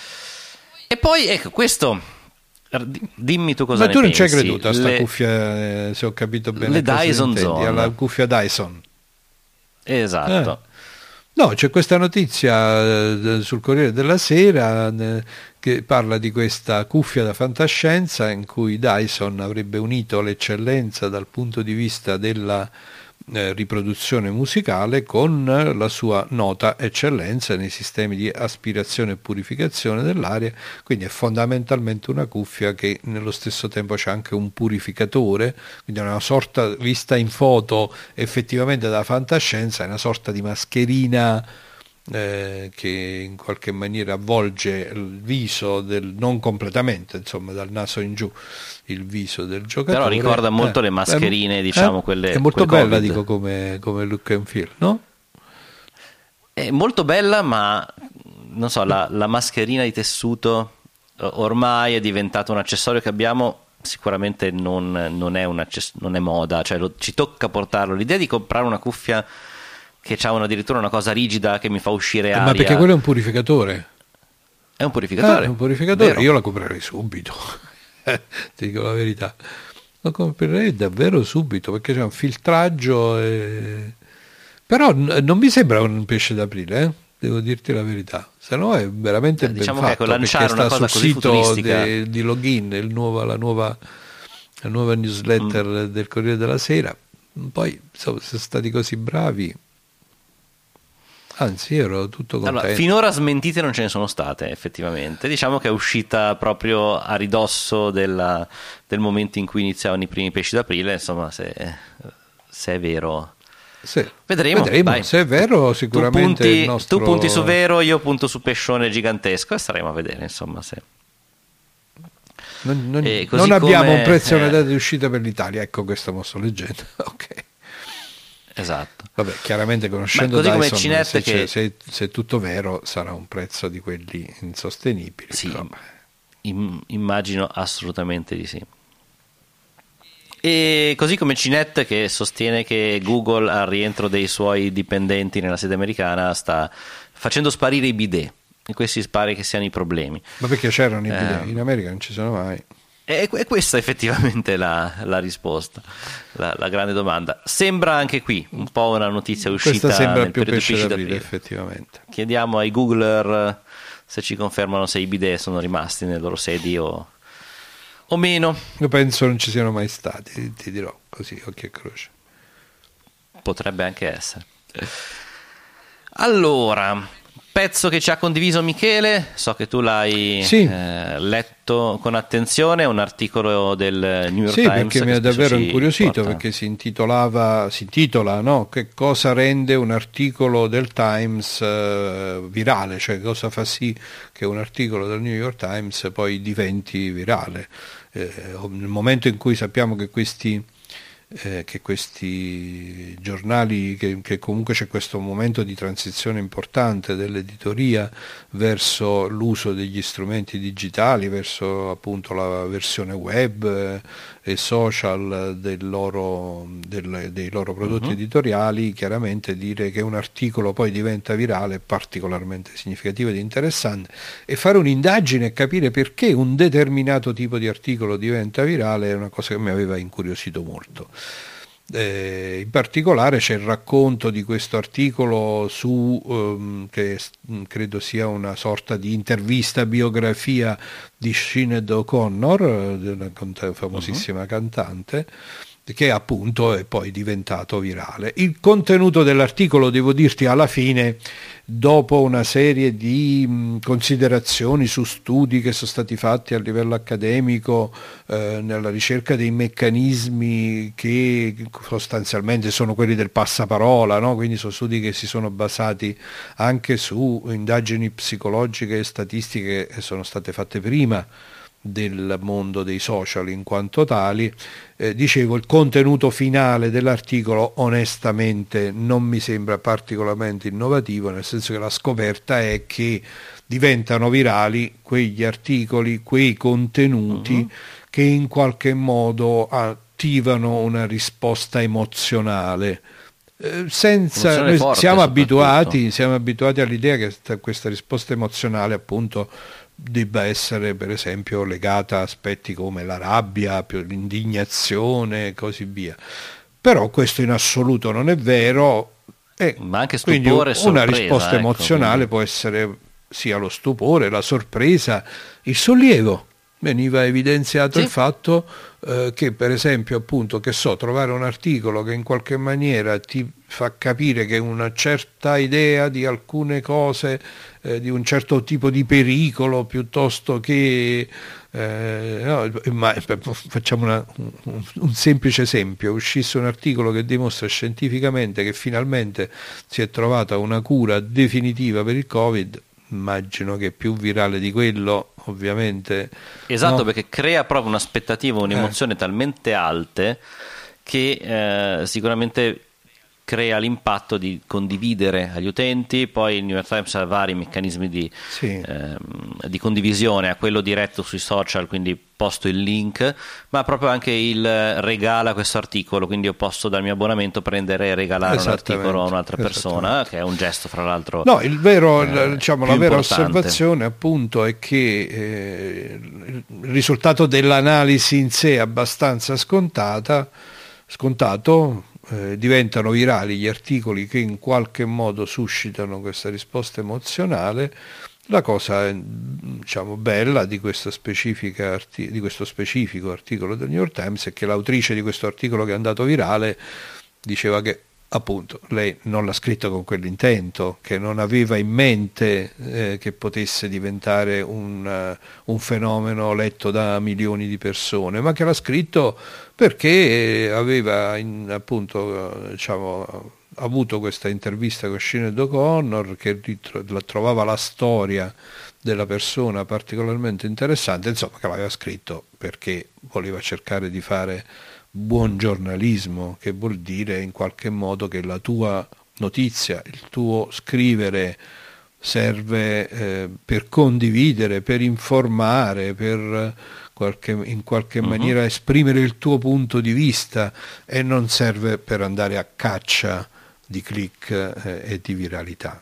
E poi ecco questo, dimmi tu cosa ne pensi. Ma tu non ci hai creduto a sta cuffia, se ho capito bene, le Dyson Zone, alla cuffia Dyson. Esatto. No, c'è questa notizia sul Corriere della Sera che parla di questa cuffia da fantascienza in cui Dyson avrebbe unito l'eccellenza dal punto di vista della riproduzione musicale con la sua nota eccellenza nei sistemi di aspirazione e purificazione dell'aria, quindi è fondamentalmente una cuffia che nello stesso tempo c'è anche un purificatore, quindi è una sorta, vista in foto effettivamente da fantascienza, è una sorta di mascherina che in qualche maniera avvolge il viso non completamente, insomma dal naso in giù, il viso del giocatore. Però ricorda molto le mascherine, diciamo quelle. È molto bella, COVID. dico, come look and feel, no? È molto bella, ma non so, la mascherina di tessuto ormai è diventato un accessorio che abbiamo. Sicuramente non è moda, cioè ci tocca portarlo. L'idea di comprare una cuffia che ha addirittura una cosa rigida che mi fa uscire aria. Ma perché quello è un purificatore? È un purificatore. È un purificatore. Vero. Io la comprerei subito. Ti dico la verità. La comprerei davvero subito perché c'è un filtraggio. Però non mi sembra un pesce d'aprile, devo dirti la verità. Se no è veramente ben diciamo fatto, che lanciare una cosa sul così sito futuristica di login, la nuova newsletter del Corriere della Sera. Poi sono stati così bravi. Anzi, ero tutto contento. Allora, finora smentite non ce ne sono state, effettivamente. Diciamo che è uscita proprio a ridosso del momento in cui iniziavano i primi pesci d'aprile. Insomma, se è vero, sì. Vedremo. Se è vero, sicuramente tu punti su vero, io punto su pescione gigantesco e staremo a vedere, insomma, se non abbiamo un prezzo e una data di uscita per l'Italia. Ecco, questo mo sto leggendo. Ok. Esatto. Vabbè, chiaramente conoscendo Dyson, come Cinette se è tutto vero sarà un prezzo di quelli insostenibili. Sì, però. immagino assolutamente di sì. E così come Cinette, che sostiene che Google al rientro dei suoi dipendenti nella sede americana sta facendo sparire i bidet, e questi pare che siano i problemi. Ma perché c'erano i bidet? In America non ci sono mai. E questa è effettivamente la risposta, la grande domanda. Sembra anche qui un po' una notizia uscita questa sembra nel più periodo pesce d'aprile. d'aprile, effettivamente. Chiediamo ai Googler se ci confermano se i bidet sono rimasti nelle loro sedi o meno. Io penso non ci siano mai stati, ti dirò così, occhio e croce. Potrebbe anche essere. Allora, pezzo che ci ha condiviso Michele, so che tu l'hai letto con attenzione, un articolo del New York Times. Sì, perché mi ha davvero incuriosito, perché si intitola, no? Che cosa rende un articolo del Times virale, cioè cosa fa sì che un articolo del New York Times poi diventi virale. Nel momento in cui sappiamo che questi che questi giornali, che comunque c'è questo momento di transizione importante dell'editoria verso l'uso degli strumenti digitali, verso appunto la versione web e social dei loro prodotti editoriali. Chiaramente dire che un articolo poi diventa virale è particolarmente significativo ed interessante, e fare un'indagine e capire perché un determinato tipo di articolo diventa virale è una cosa che mi aveva incuriosito molto. In particolare c'è il racconto di questo articolo che credo sia una sorta di intervista biografia di Sinead O'Connor, una famosissima cantante, che appunto è poi diventato virale. Il contenuto dell'articolo, devo dirti, alla fine, dopo una serie di considerazioni su studi che sono stati fatti a livello accademico nella ricerca dei meccanismi che sostanzialmente sono quelli del passaparola, no? Quindi sono studi che si sono basati anche su indagini psicologiche e statistiche che sono state fatte prima del mondo dei social in quanto tali. Dicevo, il contenuto finale dell'articolo onestamente non mi sembra particolarmente innovativo, nel senso che la scoperta è che diventano virali quegli articoli, quei contenuti che in qualche modo attivano una risposta emozionale. Noi siamo abituati all'idea che questa risposta emozionale appunto debba essere per esempio legata a aspetti come la rabbia, l'indignazione e così via, però questo in assoluto non è vero, ma anche quindi stupore, una sorpresa, risposta emozionale può essere sia lo stupore, la sorpresa, il sollievo. Veniva evidenziato il fatto che per esempio appunto, che so, trovare un articolo che in qualche maniera ti fa capire che una certa idea di alcune cose, di un certo tipo di pericolo, piuttosto che facciamo un semplice esempio: uscisse un articolo che dimostra scientificamente che finalmente si è trovata una cura definitiva per il Covid. Immagino che più virale di quello, ovviamente. Esatto, no? Perché crea proprio un'aspettativa, un'emozione talmente alte che sicuramente crea l'impatto di condividere agli utenti. Poi il New York Times ha vari meccanismi di condivisione, ha quello diretto sui social, quindi posto il link, ma proprio anche il regala questo articolo, quindi io posso dal mio abbonamento prendere e regalare un articolo a un'altra persona, che è un gesto fra l'altro. No, la vera importante. osservazione appunto è che il risultato dell'analisi in sé è abbastanza scontato. Diventano virali gli articoli che in qualche modo suscitano questa risposta emozionale. La cosa bella di questo specifico articolo del New York Times è che l'autrice di questo articolo che è andato virale diceva che appunto lei non l'ha scritto con quell'intento, che non aveva in mente che potesse diventare un fenomeno letto da milioni di persone, ma che l'ha scritto perché aveva avuto questa intervista con Sinead O'Connor, che trovava la storia della persona particolarmente interessante, insomma, che l'aveva scritto perché voleva cercare di fare buon giornalismo, che vuol dire in qualche modo che la tua notizia, il tuo scrivere serve per condividere, per informare, per in qualche maniera esprimere il tuo punto di vista, e non serve per andare a caccia di click e di viralità.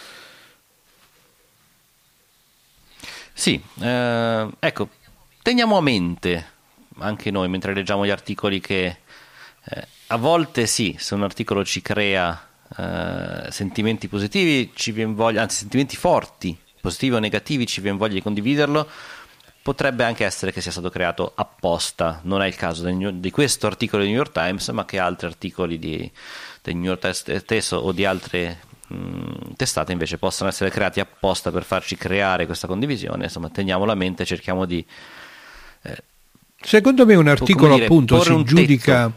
Sì, ecco, teniamo a mente anche noi mentre leggiamo gli articoli che a volte sì, se un articolo ci crea sentimenti positivi, ci viene voglia, anzi sentimenti forti, positivi o negativi, ci viene voglia di condividerlo. Potrebbe anche essere che sia stato creato apposta, non è il caso di questo articolo del New York Times, ma che altri articoli del New York Times stesso o di altre testate invece possono essere creati apposta per farci creare questa condivisione. Insomma, teniamolo a mente, cerchiamo di secondo me un articolo appunto si giudica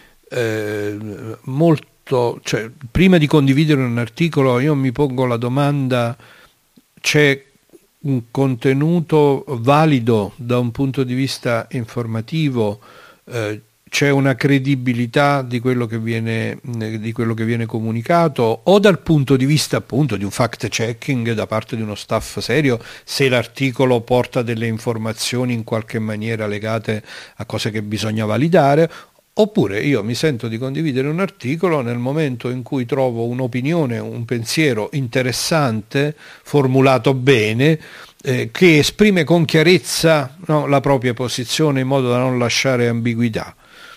molto, cioè prima di condividere un articolo io mi pongo la domanda: c'è un contenuto valido da un punto di vista informativo c'è una credibilità di quello che viene comunicato, o dal punto di vista appunto di un fact checking da parte di uno staff serio, se l'articolo porta delle informazioni in qualche maniera legate a cose che bisogna validare, oppure io mi sento di condividere un articolo nel momento in cui trovo un'opinione, un pensiero interessante, formulato bene, che esprime con chiarezza, no, la propria posizione in modo da non lasciare ambiguità.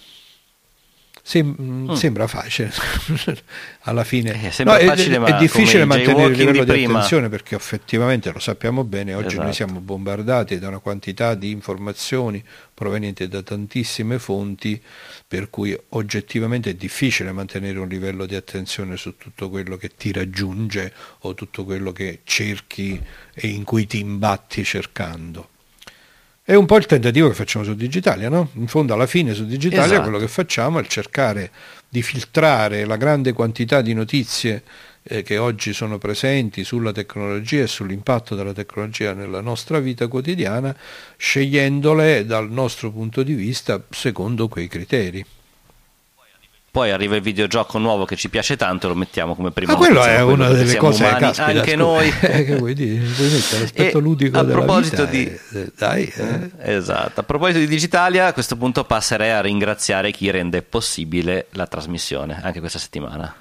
Sembra facile alla fine, sembra facile, è difficile mantenere il livello di prima. attenzione, perché effettivamente lo sappiamo bene, oggi Esatto. Noi siamo bombardati da una quantità di informazioni provenienti da tantissime fonti, per cui oggettivamente è difficile mantenere un livello di attenzione su tutto quello che ti raggiunge o tutto quello che cerchi e in cui ti imbatti cercando. È un po' il tentativo che facciamo su Digitalia, no? In fondo alla fine su Digitalia Esatto. quello che facciamo è cercare di filtrare la grande quantità di notizie che oggi sono presenti sulla tecnologia e sull'impatto della tecnologia nella nostra vita quotidiana, scegliendole dal nostro punto di vista secondo quei criteri. Poi arriva il videogioco nuovo che ci piace tanto, lo mettiamo come prima. Ma quello notizia, è una delle siamo cose umani, caspita, anche scusa, noi. Che vuoi dire? Vuoi mettere l'aspetto ludico a della proposito vita? Dai. Esatto, a proposito di Digitalia, a questo punto passerei a ringraziare chi rende possibile la trasmissione anche questa settimana.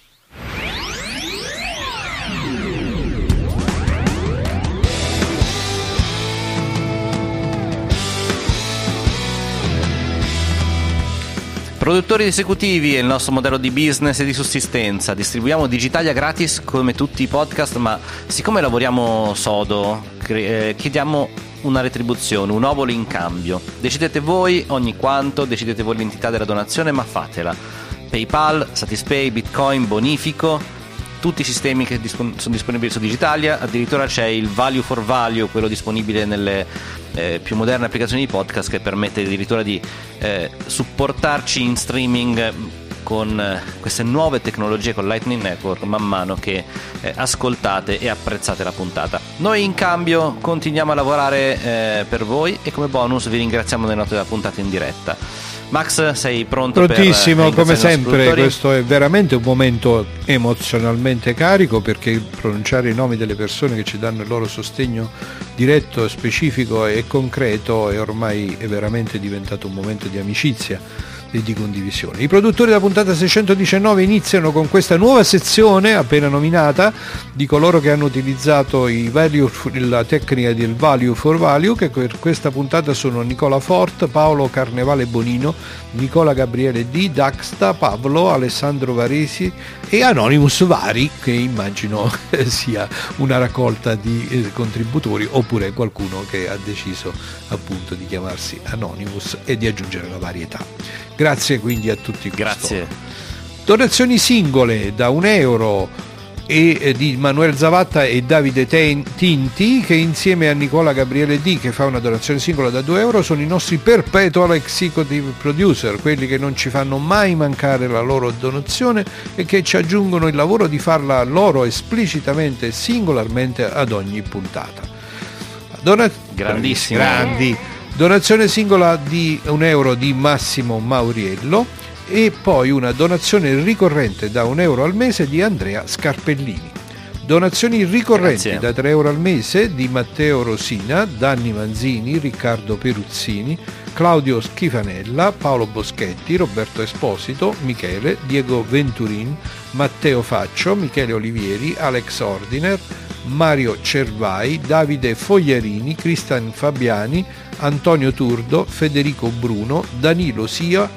Produttori esecutivi è il nostro modello di business e di sussistenza. Distribuiamo Digitalia gratis come tutti i podcast, ma siccome lavoriamo sodo, chiediamo una retribuzione, un obolo in cambio. Decidete voi ogni quanto, decidete voi l'entità della donazione, ma fatela. PayPal, Satispay, Bitcoin, Bonifico, tutti i sistemi che sono disponibili su Digitalia. Addirittura c'è il Value for Value, quello disponibile nelle più moderne applicazioni di podcast, che permette addirittura di supportarci in streaming con queste nuove tecnologie, con Lightning Network, man mano che ascoltate e apprezzate la puntata. Noi in cambio continuiamo a lavorare per voi, e come bonus vi ringraziamo nelle note della puntata in diretta. Max, sei pronto? Prontissimo, come sempre. Produttori? Questo è veramente un momento emozionalmente carico, perché pronunciare i nomi delle persone che ci danno il loro sostegno diretto, specifico e concreto è veramente diventato un momento di amicizia e di condivisione. I produttori della puntata 619 iniziano con questa nuova sezione appena nominata di coloro che hanno utilizzato la tecnica del Value for Value, che per questa puntata sono Nicola Fort, Paolo Carnevale Bonino, Nicola Gabriele D, Daxta, Pavlo, Alessandro Varesi e Anonymous Vari, che immagino sia una raccolta di contributori, oppure qualcuno che ha deciso appunto di chiamarsi Anonymous e di aggiungere la varietà. Grazie quindi a tutti costoro. Grazie. Donazioni singole da €1 e di Manuel Zavatta e Davide Tinti, che insieme a Nicola Gabriele D, che fa una donazione singola da €2, sono i nostri perpetual executive producer, quelli che non ci fanno mai mancare la loro donazione e che ci aggiungono il lavoro di farla loro esplicitamente e singolarmente ad ogni puntata. Grandissimo. Grandi. Donazione singola di €1 di Massimo Mauriello, e poi una donazione ricorrente da €1 al mese di Andrea Scarpellini. Donazioni ricorrenti Grazie. da €3 al mese di Matteo Rosina, Danni Manzini, Riccardo Peruzzini, Claudio Schifanella, Paolo Boschetti, Roberto Esposito, Michele, Diego Venturin, Matteo Faccio, Michele Olivieri, Alex Ordiner, Mario Cervai, Davide Fogliarini, Cristian Fabiani, Antonio Turdo, Federico Bruno, Danilo Sia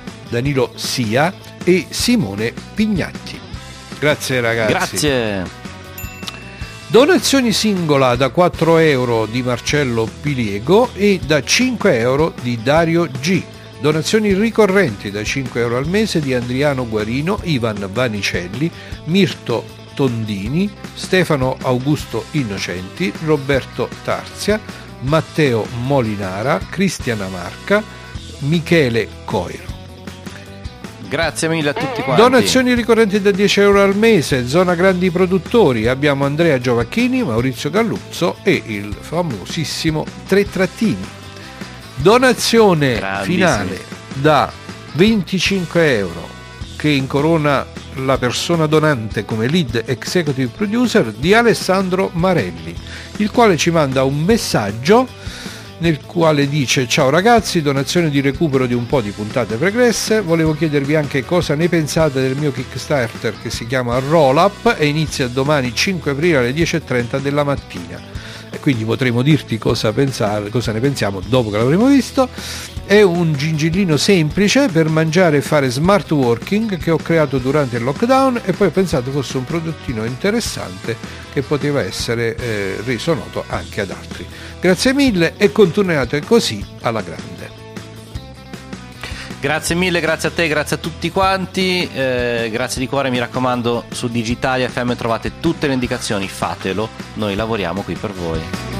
e Simone Pignatti. Grazie ragazzi. Grazie. Donazioni singola da €4 di Marcello Piliego e da €5 di Dario G. Donazioni ricorrenti da €5 al mese di Adriano Guarino, Ivan Vanicelli, Mirto Tondini, Stefano Augusto Innocenti, Roberto Tarzia, Matteo Molinara, Cristiana Marca, Michele Coiro. Grazie mille a tutti quanti. Donazioni ricorrenti da €10 al mese, Zona Grandi Produttori, abbiamo Andrea Giovacchini, Maurizio Galluzzo e il famosissimo Tre Trattini. Donazione Grandissimi. finale da €25, che incorona la persona donante come lead executive producer di Alessandro Marelli, il quale ci manda un messaggio nel quale dice: ciao ragazzi, donazione di recupero di un po' di puntate pregresse, volevo chiedervi anche cosa ne pensate del mio Kickstarter che si chiama Roll Up e inizia domani 5 aprile alle 10:30 della mattina, e quindi potremo dirti cosa ne pensiamo dopo che l'avremo visto. È un gingillino semplice per mangiare e fare smart working che ho creato durante il lockdown, e poi ho pensato fosse un prodottino interessante che poteva essere reso noto anche ad altri. Grazie mille e continuate così alla grande. Grazie mille, grazie a te, grazie a tutti quanti, grazie di cuore, mi raccomando, su Digitalia FM trovate tutte le indicazioni, fatelo, noi lavoriamo qui per voi.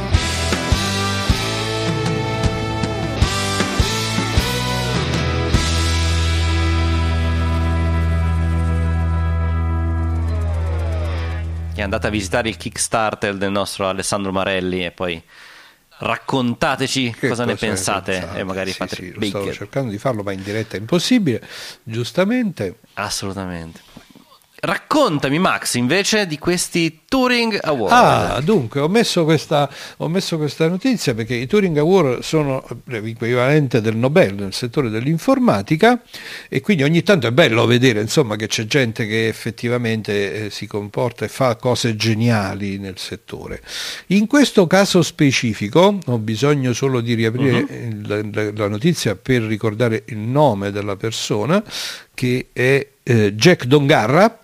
Che andate a visitare il Kickstarter del nostro Alessandro Marelli e poi raccontateci cosa ne pensate e magari fate sì, big. stavo cercando di farlo, ma in diretta è impossibile, giustamente. Assolutamente. Raccontami, Max, invece di questi Turing Award. Dunque, ho messo questa notizia perché i Turing Award sono l'equivalente del Nobel nel settore dell'informatica, e quindi ogni tanto è bello vedere, insomma, che c'è gente che effettivamente si comporta e fa cose geniali nel settore. In questo caso specifico ho bisogno solo di riaprire la notizia per ricordare il nome della persona, che è Jack Dongarra,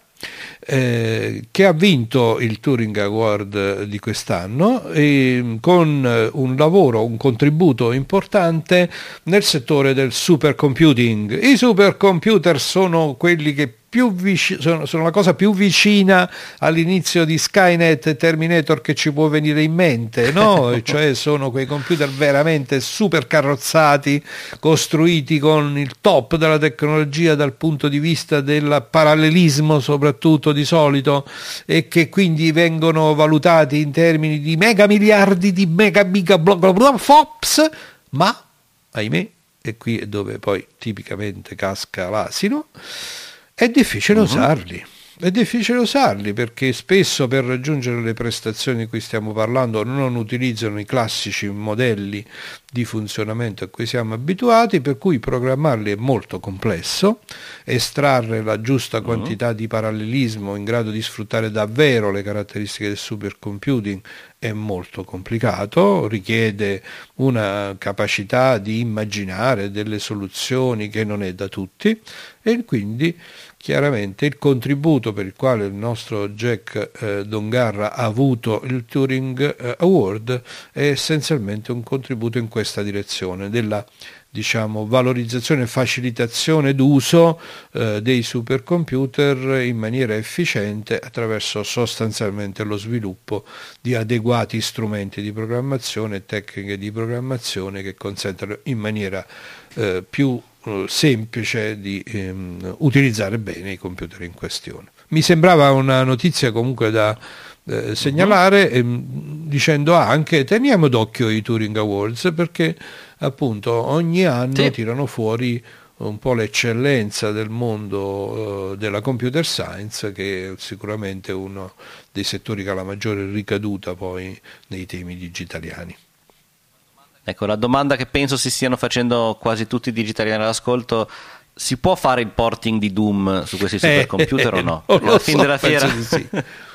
che ha vinto il Turing Award di quest'anno con un contributo importante nel settore del supercomputing. I supercomputer sono quelli che sono la cosa più vicina all'inizio di Skynet e Terminator che ci può venire in mente, no? Cioè sono quei computer veramente super carrozzati, costruiti con il top della tecnologia dal punto di vista del parallelismo soprattutto di solito, e che quindi vengono valutati in termini di mega miliardi di flops, ma ahimè, e qui è dove poi tipicamente casca l'asino, è difficile usarli. È difficile usarli perché spesso per raggiungere le prestazioni di cui stiamo parlando non utilizzano i classici modelli di funzionamento a cui siamo abituati, per cui programmarli è molto complesso, estrarre la giusta quantità di parallelismo in grado di sfruttare davvero le caratteristiche del supercomputing è molto complicato, richiede una capacità di immaginare delle soluzioni che non è da tutti, e quindi chiaramente il contributo per il quale il nostro Jack Dongarra ha avuto il Turing Award è essenzialmente un contributo in questa direzione della, diciamo, valorizzazione e facilitazione d'uso dei supercomputer in maniera efficiente attraverso sostanzialmente lo sviluppo di adeguati strumenti di programmazione e tecniche di programmazione che consentano in maniera più semplice di utilizzare bene i computer in questione. Mi sembrava una notizia comunque da segnalare, dicendo anche teniamo d'occhio i Turing Awards, perché appunto ogni anno tirano fuori un po' l'eccellenza del mondo della computer science, che è sicuramente uno dei settori che ha la maggiore ricaduta poi nei temi digitaliani. Ecco, la domanda che penso si stiano facendo quasi tutti i digitaliani all'ascolto: si può fare il porting di Doom su questi supercomputer o no? Alla fine della fiera. Sì.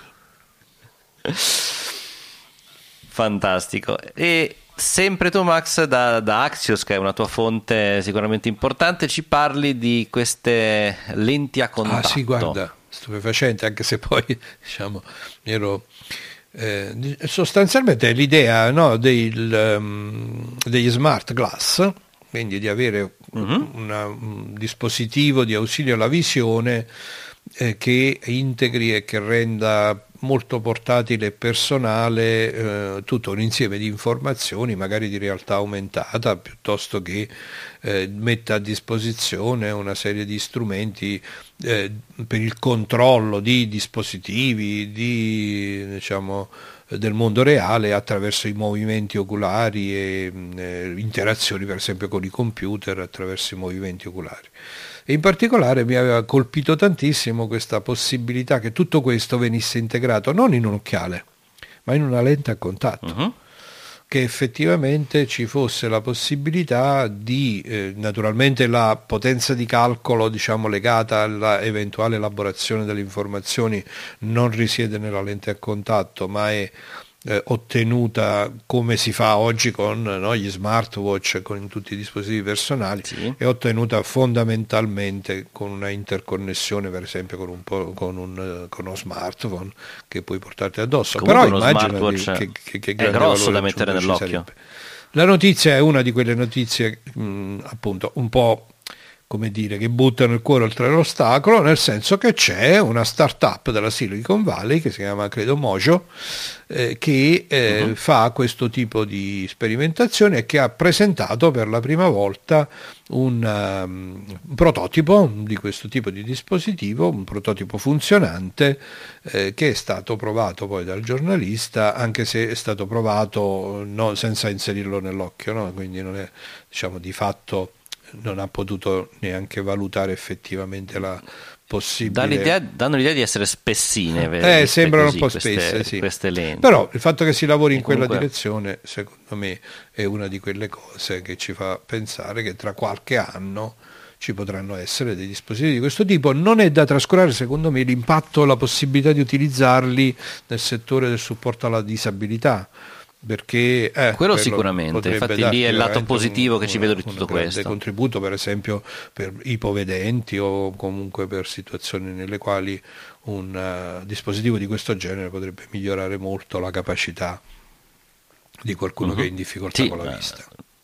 Fantastico. E sempre tu, Max, da Axios, che è una tua fonte sicuramente importante, ci parli di queste lenti a contatto. Sì, guarda, stupefacente, anche se poi diciamo ero sostanzialmente l'idea, no, degli smart glass, quindi di avere un dispositivo di ausilio alla visione che integri e che renda molto portatile e personale tutto un insieme di informazioni, magari di realtà aumentata, piuttosto che metta a disposizione una serie di strumenti per il controllo di dispositivi diciamo, del mondo reale attraverso i movimenti oculari e interazioni per esempio con i computer attraverso i movimenti oculari. E in particolare mi aveva colpito tantissimo questa possibilità che tutto questo venisse integrato non in un occhiale, ma in una lente a contatto. Che effettivamente ci fosse la possibilità di, naturalmente la potenza di calcolo diciamo legata all'eventuale elaborazione delle informazioni non risiede nella lente a contatto, ma è ottenuta come si fa oggi con gli smartwatch, con tutti i dispositivi personali, sì. È ottenuta fondamentalmente con una interconnessione per esempio con uno smartphone che puoi portarti addosso. Comunque però immagina che è grosso da mettere nell'occhio. La notizia è una di quelle notizie appunto un po' come dire, che buttano il cuore oltre l'ostacolo, nel senso che c'è una startup della Silicon Valley che si chiama credo Mojo che fa questo tipo di sperimentazione e che ha presentato per la prima volta un prototipo di questo tipo di dispositivo, un prototipo funzionante che è stato provato poi dal giornalista, anche se è stato provato senza inserirlo nell'occhio, no? Quindi non è, diciamo, di fatto non ha potuto neanche valutare effettivamente la possibile. Danno l'idea di essere spessine, sembrano un po' spesse, sì. Queste lenti. Però il fatto che si lavori in quella direzione, secondo me, è una di quelle cose che ci fa pensare che tra qualche anno ci potranno essere dei dispositivi di questo tipo. Non è da trascurare, secondo me, l'impatto, la possibilità di utilizzarli nel settore del supporto alla disabilità. Perché quello sicuramente, infatti lì è il lato positivo che ci vedo di tutto questo. Un contributo per esempio per ipovedenti o comunque per situazioni nelle quali un dispositivo di questo genere potrebbe migliorare molto la capacità di qualcuno che è in difficoltà con la vista.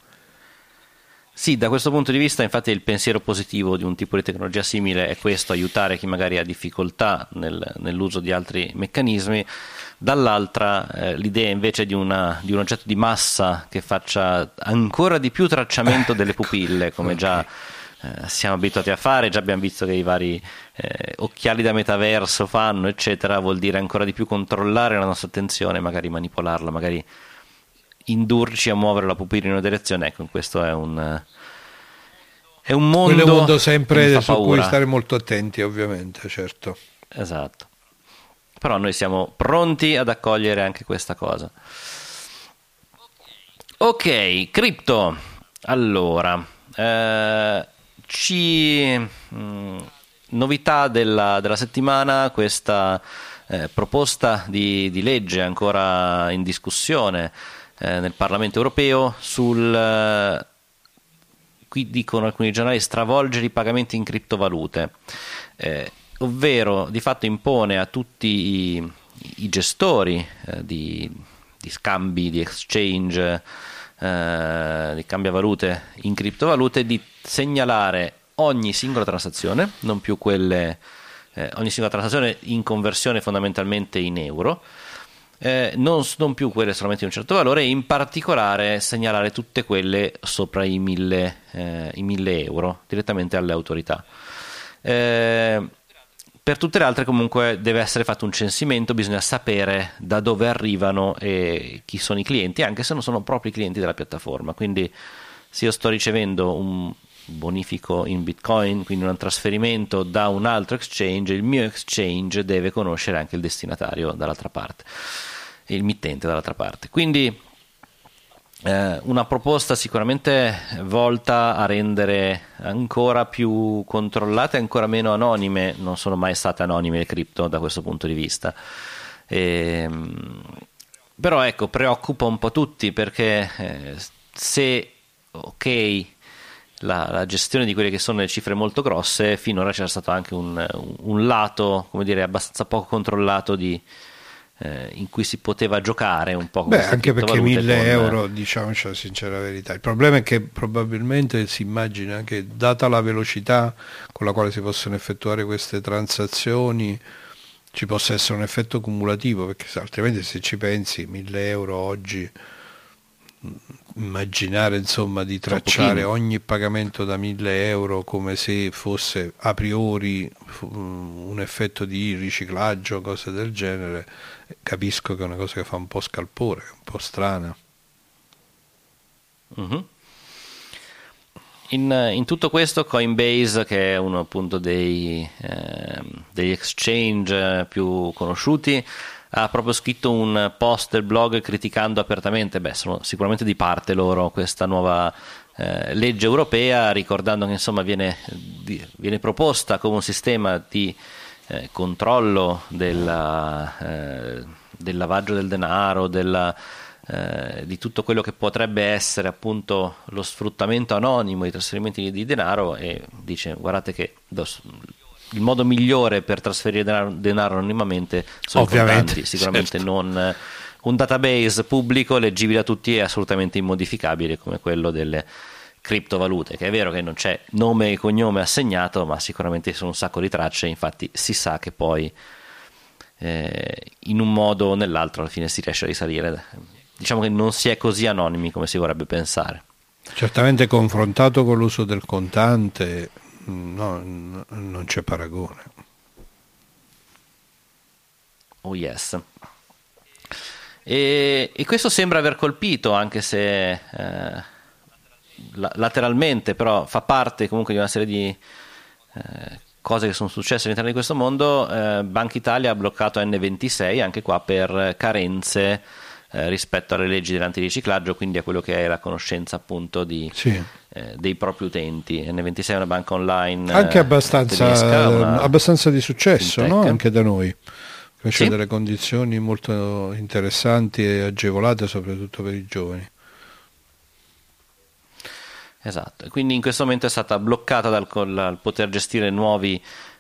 Sì, da questo punto di vista infatti il pensiero positivo di un tipo di tecnologia simile è questo, aiutare chi magari ha difficoltà nell'uso di altri meccanismi. Dall'altra l'idea invece di un oggetto di massa che faccia ancora di più tracciamento delle pupille, come già siamo abituati a fare, già abbiamo visto che i vari occhiali da metaverso fanno, eccetera, vuol dire ancora di più controllare la nostra attenzione, magari manipolarla, magari indurci a muovere la pupilla in una direzione. Ecco, questo è un mondo, quello è un mondo sempre su paura. Cui stare molto attenti, ovviamente, certo. Esatto. Però noi siamo pronti ad accogliere anche questa cosa. Ok, cripto. Allora, novità della settimana, questa proposta di legge ancora in discussione nel Parlamento europeo qui dicono alcuni giornali, stravolgere i pagamenti in criptovalute. Ovvero di fatto impone a tutti i gestori di scambi, di exchange, di cambiavalute in criptovalute di segnalare ogni singola transazione, non più ogni singola transazione in conversione fondamentalmente in euro, non più quelle solamente di un certo valore, e in particolare segnalare tutte quelle sopra i 1.000 euro direttamente alle autorità. Per tutte le altre comunque deve essere fatto un censimento, bisogna sapere da dove arrivano e chi sono i clienti, anche se non sono proprio i clienti della piattaforma. Quindi se io sto ricevendo un bonifico in Bitcoin, quindi un trasferimento da un altro exchange, il mio exchange deve conoscere anche il destinatario dall'altra parte, il mittente dall'altra parte. Quindi una proposta sicuramente volta a rendere ancora più controllate, ancora meno anonime. Non sono mai state anonime le cripto da questo punto di vista, però ecco, preoccupa un po' tutti, perché se la gestione di quelle che sono le cifre molto grosse, finora c'era stato anche un lato, come dire, abbastanza poco controllato in cui si poteva giocare un po'. Anche perché 1.000 euro, diciamoci la sincera verità, il problema è che probabilmente si immagina che, data la velocità con la quale si possono effettuare queste transazioni, ci possa essere un effetto cumulativo, perché altrimenti, se ci pensi, 1.000 euro oggi immaginare insomma di tracciare ogni pagamento da 1.000 euro come se fosse a priori un effetto di riciclaggio, cose del genere, capisco che è una cosa che fa un po' scalpore, un po' strana. In tutto questo Coinbase, che è uno appunto degli exchange più conosciuti, ha proprio scritto un post del blog criticando apertamente, sono sicuramente di parte loro, questa nuova legge europea, ricordando che insomma viene proposta come un sistema di controllo del lavaggio del denaro, di tutto quello che potrebbe essere appunto lo sfruttamento anonimo, i trasferimenti di denaro, e dice: guardate che il modo migliore per trasferire denaro anonimamente sono i contanti, sicuramente certo. Non un database pubblico leggibile a tutti e assolutamente immodificabile come quello delle criptovalute, che è vero che non c'è nome e cognome assegnato, ma sicuramente sono un sacco di tracce, infatti si sa che poi in un modo o nell'altro alla fine si riesce a risalire. Diciamo che non si è così anonimi come si vorrebbe pensare. Certamente confrontato con l'uso del contante non c'è paragone. Oh yes. E questo sembra aver colpito, anche se lateralmente, però fa parte comunque di una serie di cose che sono successe all'interno di questo mondo. Banca Italia ha bloccato N26 anche qua per carenze rispetto alle leggi dell'antiriciclaggio, quindi a quello che è la conoscenza appunto dei propri utenti. N26 è una banca online anche abbastanza di successo, no? Anche da noi c'è delle condizioni molto interessanti e agevolate soprattutto per i giovani. Esatto, quindi in questo momento è stata bloccata dal poter gestire nuovi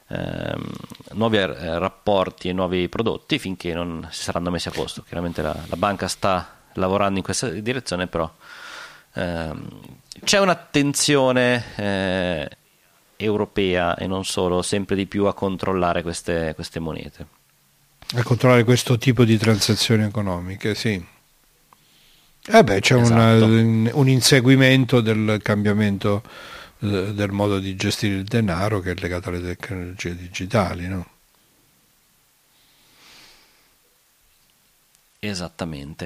rapporti e nuovi prodotti finché non si saranno messi a posto. Chiaramente la banca sta lavorando in questa direzione, però c'è un'attenzione europea e non solo sempre di più a controllare queste monete, a controllare questo tipo di transazioni economiche, sì. C'è esatto. un inseguimento del cambiamento del modo di gestire il denaro che è legato alle tecnologie digitali, no? Esattamente.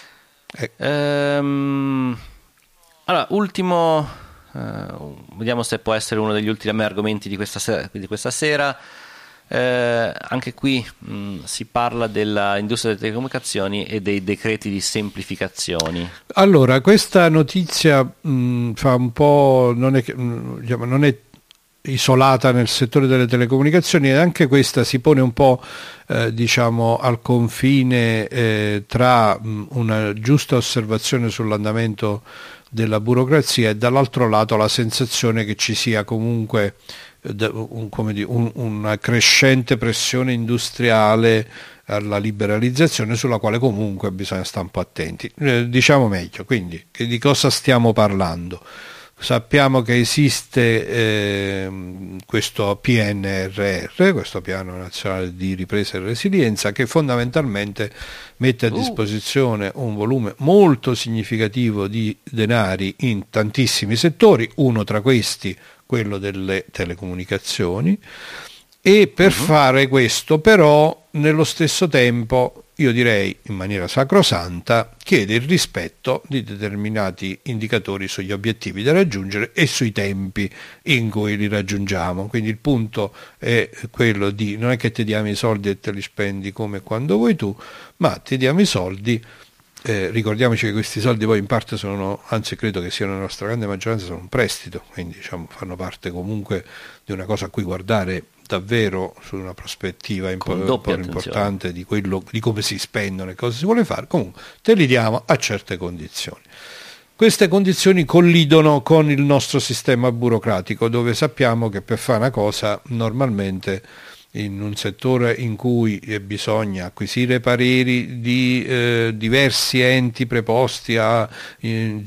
Allora, ultimo, vediamo se può essere uno degli ultimi argomenti di questa sera. Anche qui si parla dell'industria delle telecomunicazioni e dei decreti di semplificazioni. Allora, questa notizia fa un po', non è isolata nel settore delle telecomunicazioni, e anche questa si pone un po' al confine tra una giusta osservazione sull'andamento della burocrazia e dall'altro lato la sensazione che ci sia comunque una crescente pressione industriale alla liberalizzazione, sulla quale comunque bisogna stare un po' attenti. Diciamo meglio, quindi, di cosa stiamo parlando? Sappiamo che esiste questo PNRR, questo Piano Nazionale di Ripresa e Resilienza, che fondamentalmente mette a disposizione un volume molto significativo di denari in tantissimi settori, uno tra questi quello delle telecomunicazioni, e per fare questo però nello stesso tempo, io direi in maniera sacrosanta, chiede il rispetto di determinati indicatori sugli obiettivi da raggiungere e sui tempi in cui li raggiungiamo. Quindi il punto è quello di non è che ti diamo i soldi e te li spendi come e quando vuoi tu, ma ti diamo i soldi. Ricordiamoci che questi soldi poi in parte sono, anzi credo che siano nella stragrande maggioranza, sono un prestito, quindi fanno parte comunque di una cosa a cui guardare davvero su una prospettiva importante di come si spendono e cosa si vuole fare. Comunque te li diamo a certe condizioni. Queste condizioni collidono con il nostro sistema burocratico, dove sappiamo che per fare una cosa normalmente in un settore in cui bisogna acquisire pareri di diversi enti preposti ai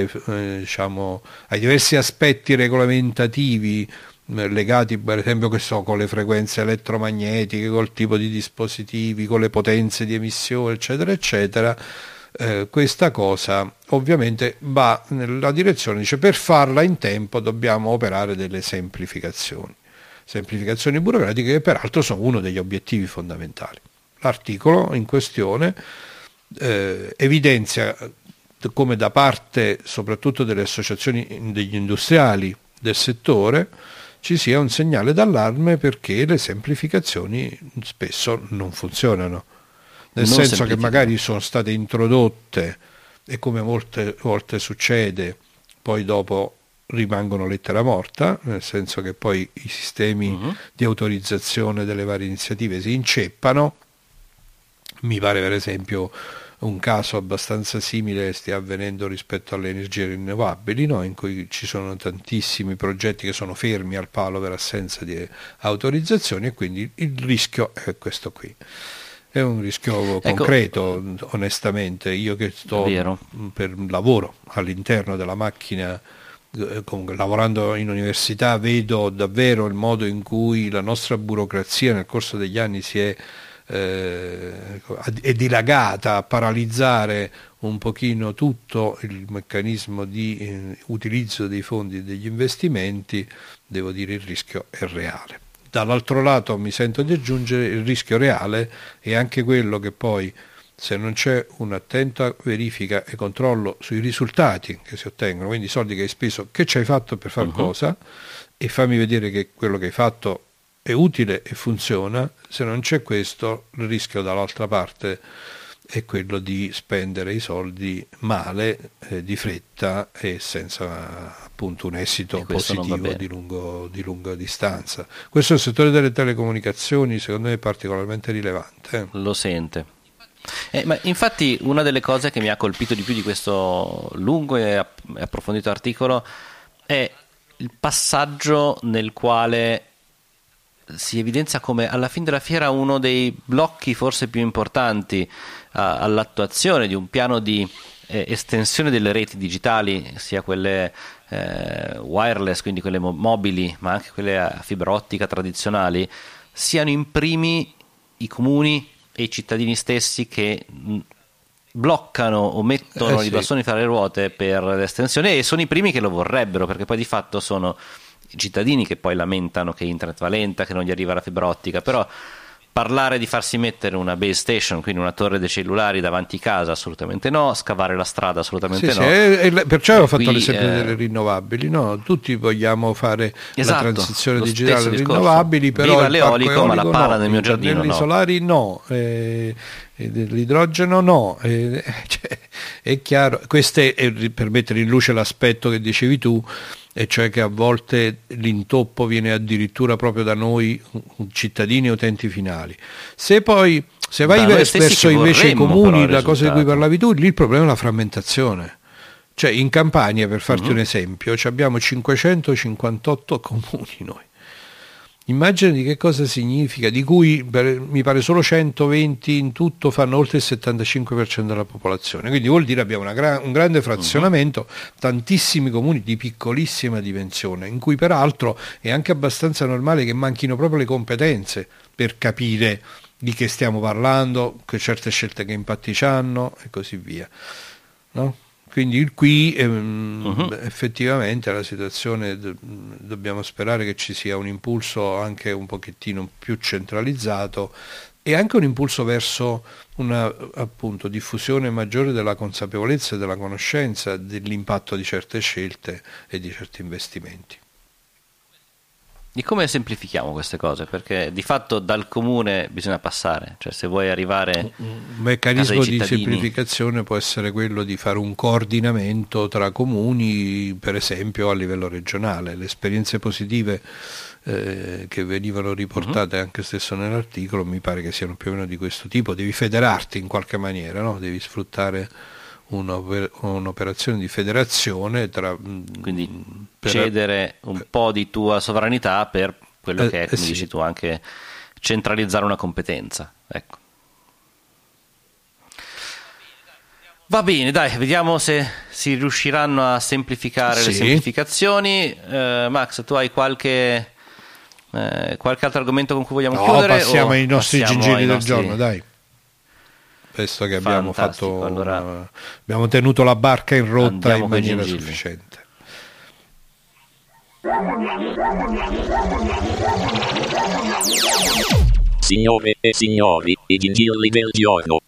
diversi aspetti regolamentativi legati per esempio con le frequenze elettromagnetiche, col tipo di dispositivi, con le potenze di emissione eccetera eccetera, questa cosa ovviamente va nella direzione, dice, per farla in tempo dobbiamo operare delle semplificazioni burocratiche, che peraltro sono uno degli obiettivi fondamentali. L'articolo in questione evidenzia come da parte soprattutto delle associazioni degli industriali del settore ci sia un segnale d'allarme, perché le semplificazioni spesso non funzionano, nel senso che magari sono state introdotte e, come molte volte succede, poi dopo rimangono lettera morta, nel senso che poi i sistemi di autorizzazione delle varie iniziative si inceppano. Mi pare per esempio un caso abbastanza simile stia avvenendo rispetto alle energie rinnovabili, no? In cui ci sono tantissimi progetti che sono fermi al palo per assenza di autorizzazioni, e quindi il rischio è questo qui. È un rischio concreto, onestamente. Io che sto per lavoro all'interno della macchina, comunque lavorando in università, vedo davvero il modo in cui la nostra burocrazia nel corso degli anni è dilagata a paralizzare un pochino tutto il meccanismo di utilizzo dei fondi e degli investimenti. Devo dire, il rischio è reale. Dall'altro lato mi sento di aggiungere, il rischio reale è anche quello che poi, se non c'è un'attenta verifica e controllo sui risultati che si ottengono, quindi i soldi che hai speso, che ci hai fatto per fare cosa, e fammi vedere che quello che hai fatto è utile e funziona, se non c'è questo, il rischio dall'altra parte è quello di spendere i soldi male, di fretta e senza appunto un esito positivo di lunga distanza. Questo nel settore delle telecomunicazioni secondo me è particolarmente rilevante. Lo sente. Ma infatti una delle cose che mi ha colpito di più di questo lungo e approfondito articolo è il passaggio nel quale si evidenzia come alla fine della fiera uno dei blocchi forse più importanti all'attuazione di un piano di estensione delle reti digitali, sia quelle wireless, quindi quelle mobili, ma anche quelle a fibra ottica tradizionali, siano in primi i comuni e i cittadini stessi che bloccano o mettono i bastoni fra le ruote per l'estensione, e sono i primi che lo vorrebbero, perché poi di fatto sono i cittadini che poi lamentano che internet va lenta, che non gli arriva la fibra ottica. Però parlare di farsi mettere una base station, quindi una torre dei cellulari davanti casa, assolutamente no. Scavare la strada, assolutamente no. Perciò avevo fatto l'esempio delle rinnovabili, no? Tutti vogliamo fare la transizione digitale alle rinnovabili, però viva l'eolico, ma la pala nel mio giardino no. I solari no, l'idrogeno no, è chiaro. Questo è per mettere in luce l'aspetto che dicevi tu, e cioè che a volte l'intoppo viene addirittura proprio da noi cittadini e utenti finali. Se vai verso invece i comuni, la cosa di cui parlavi tu, lì il problema è la frammentazione. Cioè in Campania, per farti un esempio, abbiamo 558 comuni noi. Immagina di che cosa significa, di cui mi pare solo 120 in tutto fanno oltre il 75% della popolazione, quindi vuol dire abbiamo un grande frazionamento, tantissimi comuni di piccolissima dimensione, in cui peraltro è anche abbastanza normale che manchino proprio le competenze per capire di che stiamo parlando, che certe scelte che impatti c'hanno e così via, no? Quindi qui effettivamente la situazione, dobbiamo sperare che ci sia un impulso anche un pochettino più centralizzato, e anche un impulso verso una appunto diffusione maggiore della consapevolezza e della conoscenza dell'impatto di certe scelte e di certi investimenti. Di come semplifichiamo queste cose? Perché di fatto dal comune bisogna passare, cioè se vuoi arrivare un meccanismo di semplificazione può essere quello di fare un coordinamento tra comuni, per esempio a livello regionale. Le esperienze positive che venivano riportate anche stesso nell'articolo mi pare che siano più o meno di questo tipo. Devi federarti in qualche maniera, no? Devi sfruttare un'operazione di federazione quindi cedere un po' di tua sovranità per quello che è, come dici tu, anche centralizzare una competenza, ecco. Va bene, dai, vediamo se si riusciranno a semplificare le semplificazioni. Max, tu hai qualche altro argomento con cui vogliamo chiudere? Passiamo ai nostri gingilli del giorno, dai. visto che abbiamo Fantastico, allora abbiamo tenuto la barca in rotta in maniera gingilli sufficiente. Signore e signori, i gingilli del giorno.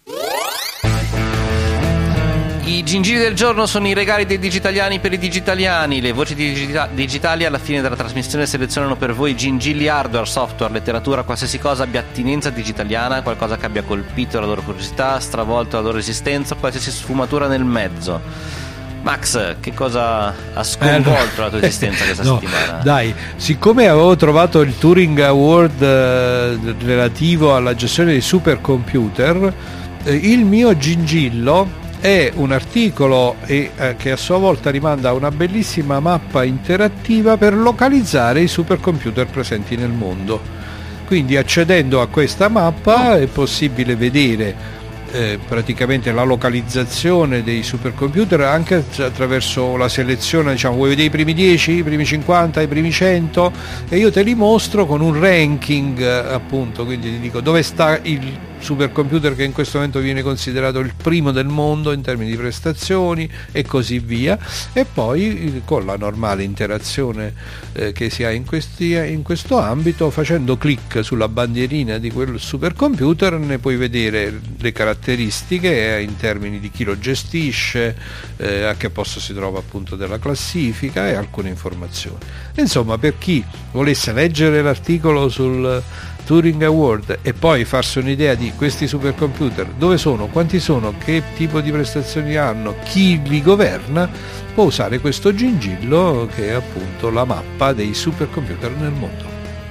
I gingilli del giorno sono i regali dei digitaliani per i digitaliani. Le voci digitali alla fine della trasmissione selezionano per voi gingilli hardware, software, letteratura, qualsiasi cosa abbia attinenza digitaliana, qualcosa che abbia colpito la loro curiosità, stravolto la loro esistenza, qualsiasi sfumatura nel mezzo. Max, che cosa ha sconvolto la tua esistenza questa settimana? Dai, siccome avevo trovato il Turing Award relativo alla gestione dei supercomputer, il mio gingillo è un articolo che a sua volta rimanda a una bellissima mappa interattiva per localizzare i supercomputer presenti nel mondo. Quindi accedendo a questa mappa è possibile vedere praticamente la localizzazione dei supercomputer anche attraverso la selezione, diciamo, vuoi vedere i primi 10, i primi 50, i primi 100, e io te li mostro con un ranking, appunto, quindi ti dico dove sta il supercomputer che in questo momento viene considerato il primo del mondo in termini di prestazioni e così via, e poi con la normale interazione che si ha in questo ambito, facendo clic sulla bandierina di quel supercomputer ne puoi vedere le caratteristiche in termini di chi lo gestisce, a che posto si trova appunto della classifica e alcune informazioni. Insomma, per chi volesse leggere l'articolo sul Turing Award e poi farsi un'idea di questi supercomputer, dove sono, quanti sono, che tipo di prestazioni hanno, chi li governa, può usare questo gingillo che è appunto la mappa dei supercomputer nel mondo.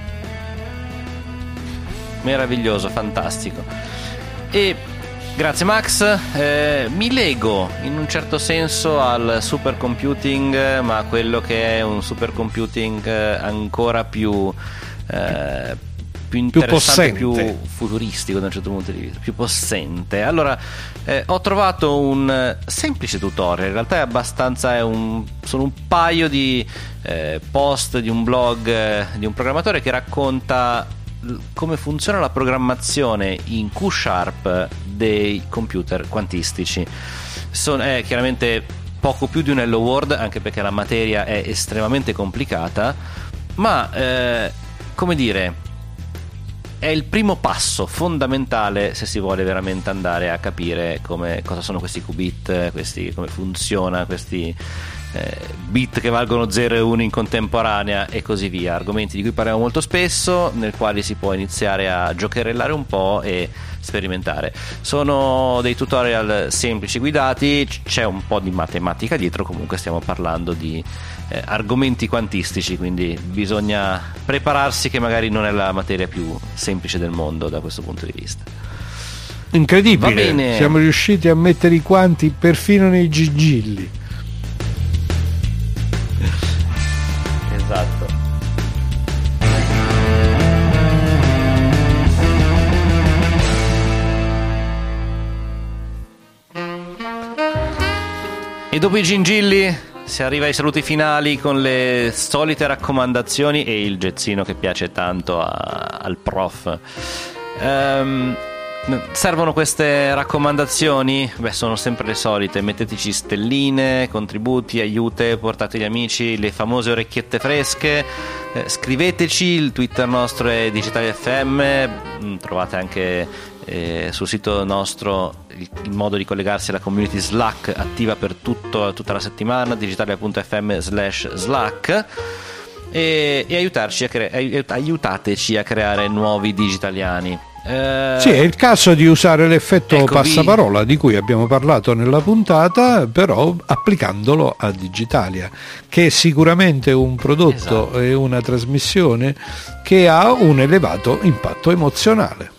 Meraviglioso, fantastico. E grazie Max, mi lego in un certo senso al supercomputing, ma quello che è un supercomputing ancora più interessante, più futuristico da un certo punto di vista, più possente. Allora, ho trovato un semplice tutorial, in realtà è abbastanza, sono un paio di post di un blog di un programmatore che racconta come funziona la programmazione in Q# dei computer quantistici. È chiaramente poco più di un Hello World, anche perché la materia è estremamente complicata, ma come dire, è il primo passo fondamentale se si vuole veramente andare a capire cosa sono questi qubit, come funziona questi bit che valgono 0 e 1 in contemporanea e così via, argomenti di cui parliamo molto spesso, nel quali si può iniziare a giocherellare un po' e sperimentare. Sono dei tutorial semplici, guidati, c'è un po' di matematica dietro, comunque stiamo parlando di argomenti quantistici, quindi bisogna prepararsi che magari non è la materia più semplice del mondo da questo punto di vista. Incredibile, siamo riusciti a mettere i quanti perfino nei gingilli. Esatto. E dopo i gingilli si arriva ai saluti finali con le solite raccomandazioni e il gezzino che piace tanto al prof. Servono queste raccomandazioni? Beh, sono sempre le solite: metteteci stelline, contributi, aiute, portate gli amici, le famose orecchiette fresche, scriveteci, il Twitter nostro è DigitalFM, trovate anche sul sito nostro il modo di collegarsi alla community Slack attiva per tutta la settimana, digitalia.fm/Slack, e aiutateci a creare nuovi digitaliani. Sì, è il caso di usare l'effetto passaparola di cui abbiamo parlato nella puntata, però applicandolo a Digitalia, che è sicuramente un prodotto e una trasmissione che ha un elevato impatto emozionale.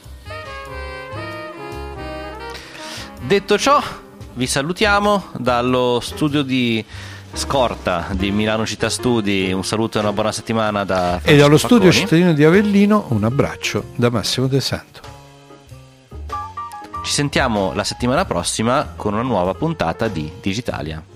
Detto ciò, vi salutiamo dallo studio di Scorta di Milano Città Studi. Un saluto e una buona settimana da Francesco e dallo studio Facconi. cittadino di Avellino un abbraccio da Massimo De Santo. Ci sentiamo la settimana prossima con una nuova puntata di Digitalia.